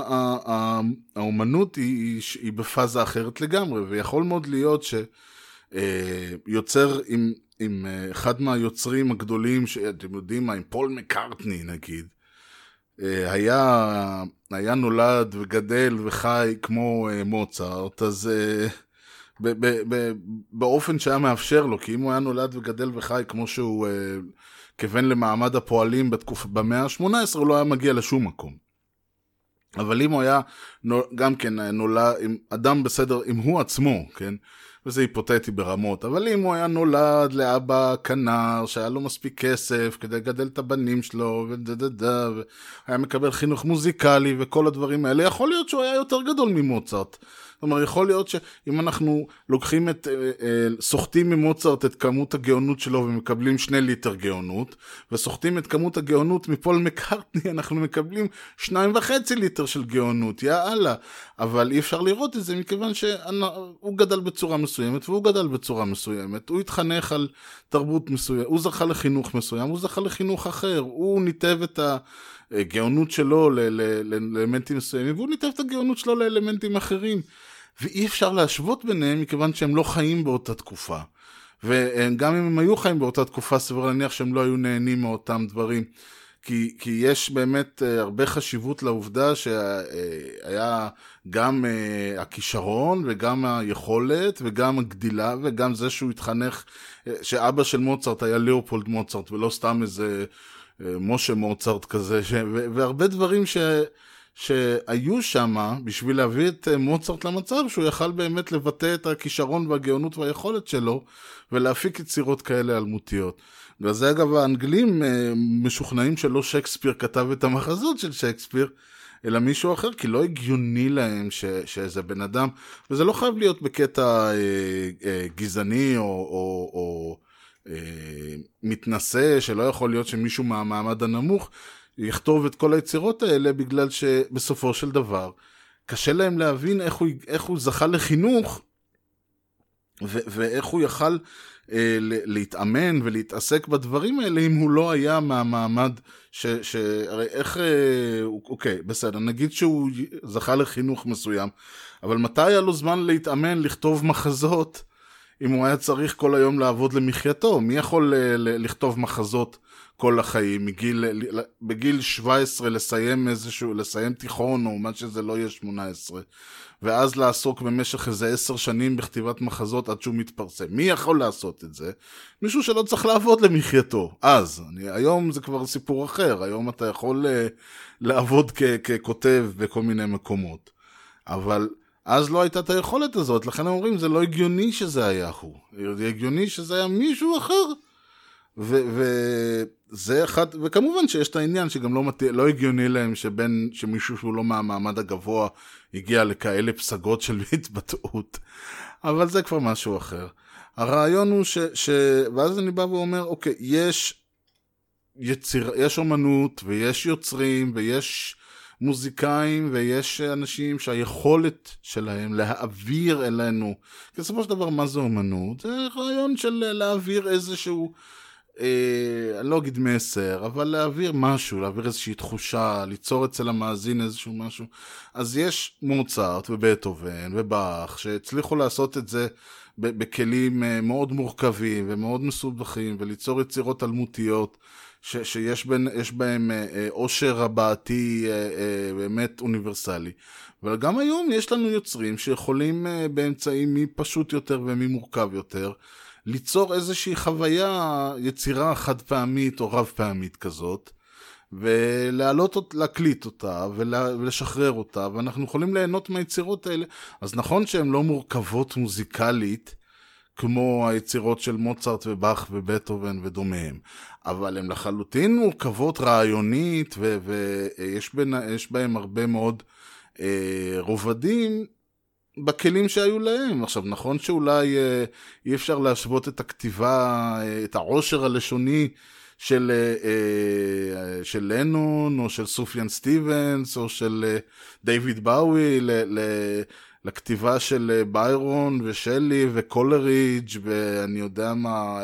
האומנות היא, היא בפאזה אחרת לגמרי, ויכול מאוד להיות שיוצר עם, עם אחד מהיוצרים הגדולים, שאתם יודעים מה, עם פול מקארטני נגיד, היה, היה נולד וגדל וחי כמו מוצרט, אז ב- ב- ב- באופן שהיה מאפשר לו, כי אם הוא היה נולד וגדל וחי כמו שהוא אה, כיוון למעמד הפועלים בתקוף, במאה ה-שמונה עשרה, הוא לא היה מגיע לשום מקום. אבל אם הוא היה גם כן נולד, עם אדם בסדר, אם הוא עצמו, כן? וזה היפותטי ברמות, אבל אם הוא היה נולד לאבא כנר, שהיה לו מספיק כסף כדי לגדל את הבנים שלו, ודדדה, והיה מקבל חינוך מוזיקלי וכל הדברים האלה, יכול להיות שהוא היה יותר גדול ממוצרט. זאת אומרת, יכול להיות שאם אנחנו לוקחים את, סוחטים ממוצרט את כמות הגאונות שלו ומקבלים שני ליטר גאונות, וסוחטים את כמות הגאונות מפול מקרטני, אנחנו מקבלים שניים וחצי ליטר של גאונות, יאללה. אבל אי אפשר לראות את זה מכיוון שהוא גדל בצורה מסוימת, והוא גדל בצורה מסוימת, הוא התחנך על תרבות מסוימת, הוא זכה לחינוך מסוים, הוא זכה לחינוך אחר, הוא ניתב את הגאונות שלו לאלמנטים מסוימים, והוא ניתב את הגאונות שלו לאלמנטים אחרים. ואי אפשר להשוות ביניהם מכיוון שהם לא חיים באותה תקופה. וגם אם הם היו חיים באותה תקופה, סביר להניח שהם לא היו נהנים מאותם דברים. כי, כי יש באמת הרבה חשיבות לעובדה שהיה גם הכישרון וגם היכולת וגם הגדילה וגם זה שהוא התחנך, שאבא של מוצרט היה ליאופולד מוצרט ולא סתם איזה משה מוצרט כזה, והרבה דברים ש... שהיו שם בשביל להביא את מוצרט למצב שהוא יכל באמת לבטא את הכישרון והגאונות והיכולת שלו ולהפיק יצירות כאלה אלמותיות. וזה אגב האנגלים משוכנעים שלא שייקספיר כתב את המחזות של שייקספיר אלא מישהו אחר, כי לא הגיוני להם ש, שאיזה בן אדם, וזה לא חייב להיות בקטע אה, אה, גזעני או, או, או אה, מתנשא, שלא יכול להיות שמישהו מהמעמד הנמוך יכתוב את כל היצירות האלה, בגלל שבסופו של דבר קשה להם להבין איך הוא, איך הוא זכה לחינוך ו- ואיך הוא יכל אה, להתאמן ולהתעסק בדברים האלה אם הוא לא היה מהמעמד ש... ש... הרי איך... אה, אוקיי, בסדר, נגיד שהוא זכה לחינוך מסוים, אבל מתי היה לו זמן להתאמן, לכתוב מחזות, אם הוא היה צריך כל היום לעבוד למחייתו? מי יכול אה, לכתוב מחזות כל החיים, מגיל, בגיל שבע עשרה לסיים איזשהו, לסיים תיכון או מה שזה לא יהיה שמונה עשרה, ואז לעסוק במשך איזה עשר שנים בכתיבת מחזות עד שהוא מתפרסם. מי יכול לעשות את זה? מישהו שלא צריך לעבוד למחייתו. אז, אני, היום זה כבר סיפור אחר, היום אתה יכול uh, לעבוד כ- ככותב בכל מיני מקומות. אבל אז לא הייתה את היכולת הזאת, לכן הם אומרים, זה לא הגיוני שזה היה הוא. זה הגיוני שזה היה מישהו אחר. וזה אחד, וכמובן שיש את העניין שגם לא, מת... לא הגיוני להם שבין, שמישהו שהוא לא מהמעמד הגבוה הגיע לכאלה פסגות של התבטאות, אבל זה כבר משהו אחר. הרעיון הוא ש... ש... ואז אני בא ואומר, אוקיי, יש יציר... יש אומנות ויש יוצרים ויש מוזיקאים ויש אנשים שהיכולת שלהם להעביר אלינו, כי בסופו של דבר מה זה אומנות? זה רעיון של להעביר איזשהו, אה, אני לא אגיד מסר, אבל להעביר משהו, להעביר איזושהי תחושה, ליצור אצל המאזין איזשהו משהו. אז יש מוצרט ובטהובן ובאך שהצליחו לעשות את זה בכלים מאוד מורכבים ומאוד מסובכים, וליצור יצירות אלמותיות ש, שיש בין, יש בהם עושר הבעתי באמת אוניברסלי. אבל גם היום יש לנו יוצרים שיכולים באמצעים מי פשוט יותר ומי מורכב יותר, ליצור איזושהי חוויה, יצירה חד פעמית או רב פעמית כזאת, ולהעלות, להקליט אותה ולשחרר אותה, ואנחנו יכולים ליהנות מהיצירות האלה. אז נכון שהן לא מורכבות מוזיקלית, כמו היצירות של מוצרט ובאך ובטהובן ודומיהם, אבל הן לחלוטין מורכבות רעיונית, ויש יש בהם הרבה מאוד אה, רובדים בכלים שהיו להם. עכשיו, נכון שאולי אה, אי אפשר להשוות את הכתיבה, אה, את העושר הלשוני של, אה, של לנון, או של סופיאן סטיבנס, או של אה, דיוויד באוי, ל... ל לכתיבה של ביירון ושלי וקולריג' ואני יודע מה,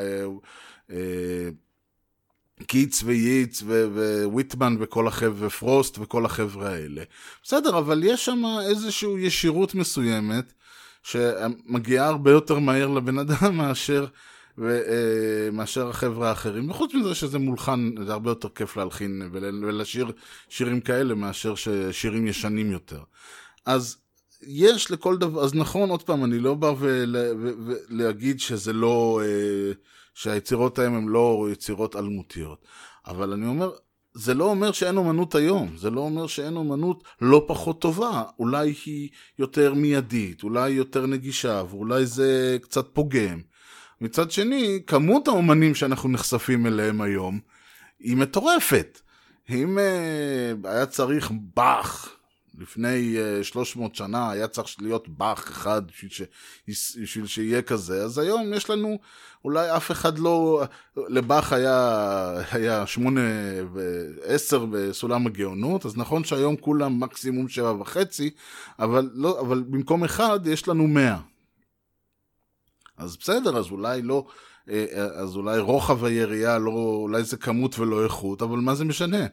קיץ וייץ וויטמן וכל החבר'ה, ופרוסט וכל החבר'ה האלה. בסדר, אבל יש שם איזושהי ישירות מסוימת שמגיעה הרבה יותר מהר לבן אדם מאשר, מאשר החבר'ה האחרים. וחוץ מזה שזה מולחן, זה הרבה יותר כיף להלחין ולשיר שירים כאלה מאשר שירים ישנים יותר. אז יש לכל דבר, אז נכון, עוד פעם, אני לא בא ולהגיד שזה לא, שהיצירות ההם הן לא יצירות אלמותיות, אבל אני אומר, זה לא אומר שאין אומנות היום, זה לא אומר שאין אומנות לא פחות טובה, אולי היא יותר מיידית, אולי יותר נגישה, ואולי זה קצת פוגם. מצד שני, כמות האומנים שאנחנו נחשפים אליהם היום, היא מטורפת. אם uh, היה צריך באך, לפני uh, שלוש מאות שנה, היה צריך להיות באך אחד בשביל, ש... בשביל שיהיה כזה, אז היום יש לנו, אולי אף אחד לא, לבאך היה, היה שמונה ועשר בסולם הגאונות, אז נכון שהיום כולם מקסימום שבע וחצי, אבל, לא, אבל במקום אחד יש לנו מאה. אז בסדר, אז אולי לא, אז אולי רוחב היריעה, לא, אולי זה כמות ולא איכות, אבל מה זה משנה?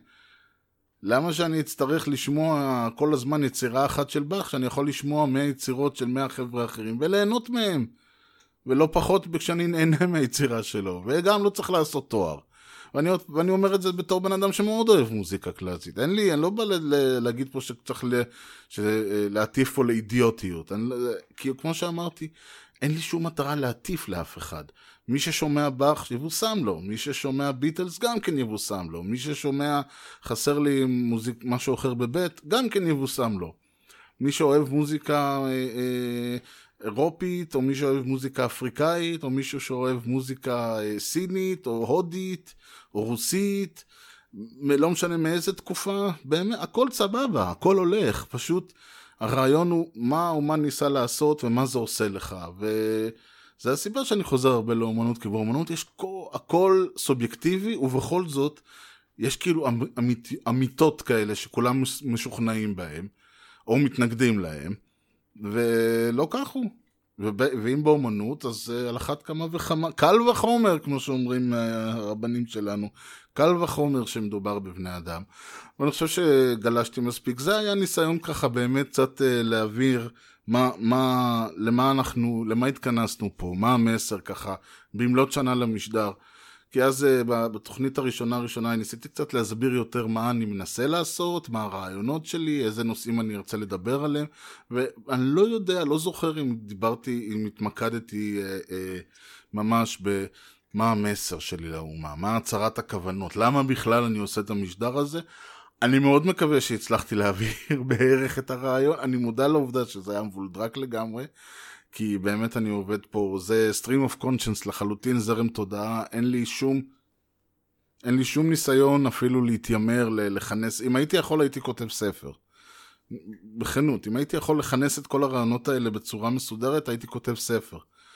למה שאני אצטרך לשמוע כל הזמן יצירה אחת של באך, שאני יכול לשמוע מאה יצירות של מאה חבר'ה אחרים, וליהנות מהם, ולא פחות כשאני נהנה מהיצירה שלו, וגם לא צריך לעשות תואר. ואני, ואני אומר את זה בתור בן אדם שמאוד אוהב מוזיקה קלאסית. אין לי, אני לא בא ל, ל, להגיד פה שצריך ל, ש, להטיף פה לאידיוטיות. אני, כי כמו שאמרתי, אין לי שום מטרה להטיף לאף אחד. מי ששומע באך יבוסם לו, מי ששומע ביטלס גם כן יבוסם לו, מי ששומע חסר לי מוזיק, משהו אחר בבית, גם כן יבוסם לו. מי שאוהב מוזיקה אה, אה, אירופית, או מי שאוהב מוזיקה אפריקאית, או מישהו שאוהב מוזיקה אה, סינית, או הודית, או רוסית, לא משנה מאיזה תקופה, באמת, הכל סבבה, הכל הולך, פשוט הרעיון הוא מה אומן ניסה לעשות ומה זה עושה לך, וזה הסיבה שאני חוזר הרבה לאומנות, כי באומנות יש כל, הכל סובייקטיבי, ובכל זאת יש כאילו אמית, אמיתות כאלה שכולם משוכנעים בהם, או מתנגדים להם, ולא כך הוא. ואם באומנות, אז על אחת כמה וכמה, קל וחומר, כמו שאומרים הרבנים שלנו, קל וחומר שמדובר בבני אדם. ואני חושב שגלשתי מספיק. זה היה ניסיון ככה באמת קצת להעביר מה, מה, למה אנחנו, למה התכנסנו פה, מה המסר ככה, במלאת שנה למשדר. כי אז בתוכנית הראשונה הראשונה ניסיתי קצת להסביר יותר מה אני מנסה לעשות, מה הרעיונות שלי, איזה נושאים אני ארצה לדבר עליהם, ואני לא יודע, לא זוכר אם דיברתי, אם התמקדתי אה, אה, ממש במה המסר שלי לאומה, מה הצהרת הכוונות, למה בכלל אני עושה את המשדר הזה. אני מאוד מקווה שהצלחתי להעביר בערך את הרעיון, אני מודע לעובדה שזה היה מבולדרק לגמרי, כי באמת אני עובד פה, זה stream of conscience לחלוטין, זרם תודעה, אין לי שום, אין לי שום ניסיון אפילו להתיימר, לכנס, אם הייתי יכול הייתי כותב ספר, בכנות, אם הייתי יכול לכנס את כל הרעיונות האלה בצורה מסודרת, הייתי כותב ספר.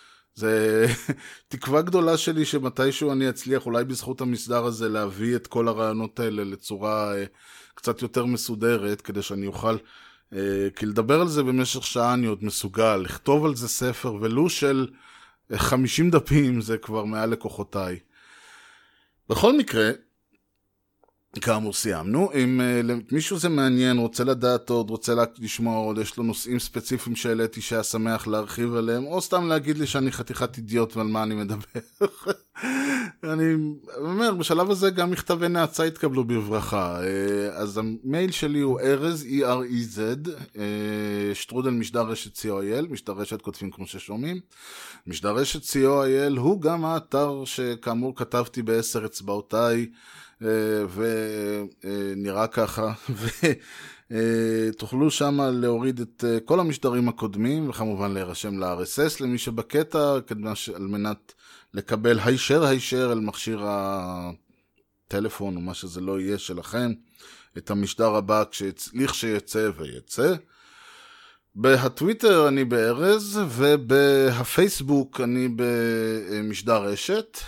זה תקווה גדולה שלי שמתישהו אני אצליח, אולי בזכות המסדר הזה, להביא את כל הרעיונות האלה לצורה קצת יותר מסודרת, כדי שאני אוכל, כי לדבר על זה במשך שעה אני עוד מסוגל, לכתוב על זה ספר ולו של חמישים דפים זה כבר מעל לקוחותיי. בכל מקרה, כאמור סיימנו. אם uh, מישהו זה מעניין, רוצה לדעת עוד, רוצה לשמוע עוד, יש לו נושאים ספציפיים שהעליתי שהיה שמח להרחיב עליהם, או סתם להגיד לי שאני חתיכת אידיוט ועל מה אני מדבר. אני אומר, בשלב הזה גם מכתבי נאצה התקבלו בברכה. אז המייל שלי הוא ארז, E-R-E-Z, שטרודל משדר רשת סי או איי אל, משדר רשת כותבים כמו ששומעים. משדר רשת סי או איי אל הוא גם האתר שכאמור כתבתי בעשר אצבעותיי, ונראה ככה, ותוכלו שם להוריד את כל המשדרים הקודמים, וכמובן להירשם ל-אר אס אס למי שבקטע, על מנת לקבל הישר הישר על מכשיר הטלפון, או מה שזה לא יהיה שלכם, את המשדר הבא לכשיצא ויצא. בהטוויטר אני בארז, ובפייסבוק אני במשדר רשת,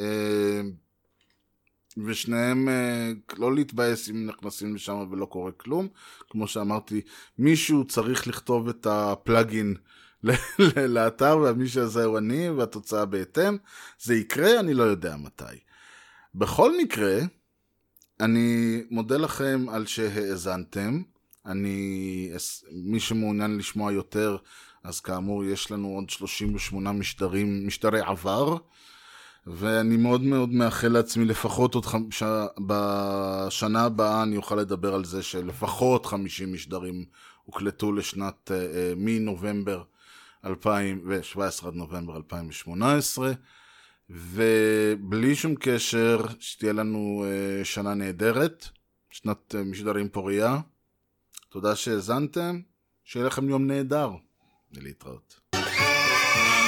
ושניהם לא להתבאס אם נכנסים לשם ולא קורה כלום. כמו שאמרתי, מישהו צריך לכתוב את הפלאגין לאתר, והמישהו הזה הוא אני, והתוצאה בהתאם. זה יקרה, אני לא יודע מתי. בכל מקרה, אני מודה לכם על שהאזנתם. אני, מי שמעוניין לשמוע יותר, אז כאמור יש לנו עוד שלושים ושמונה משדרים, משדרי עבר, ואני מאוד מאוד מאחל לעצמי לפחות עוד חמש... בשנה הבאה אני אוכל לדבר על זה שלפחות חמישים משדרים הוקלטו לשנת uh, מנובמבר אלפיים שבע עשרה עד נובמבר אלפיים שמונה עשרה, ובלי שום קשר שתהיה לנו uh, שנה נהדרת, שנת uh, משדרים פוריה. תודה שהזנתם, שיהיה לכם יום נהדר, ולהתראות.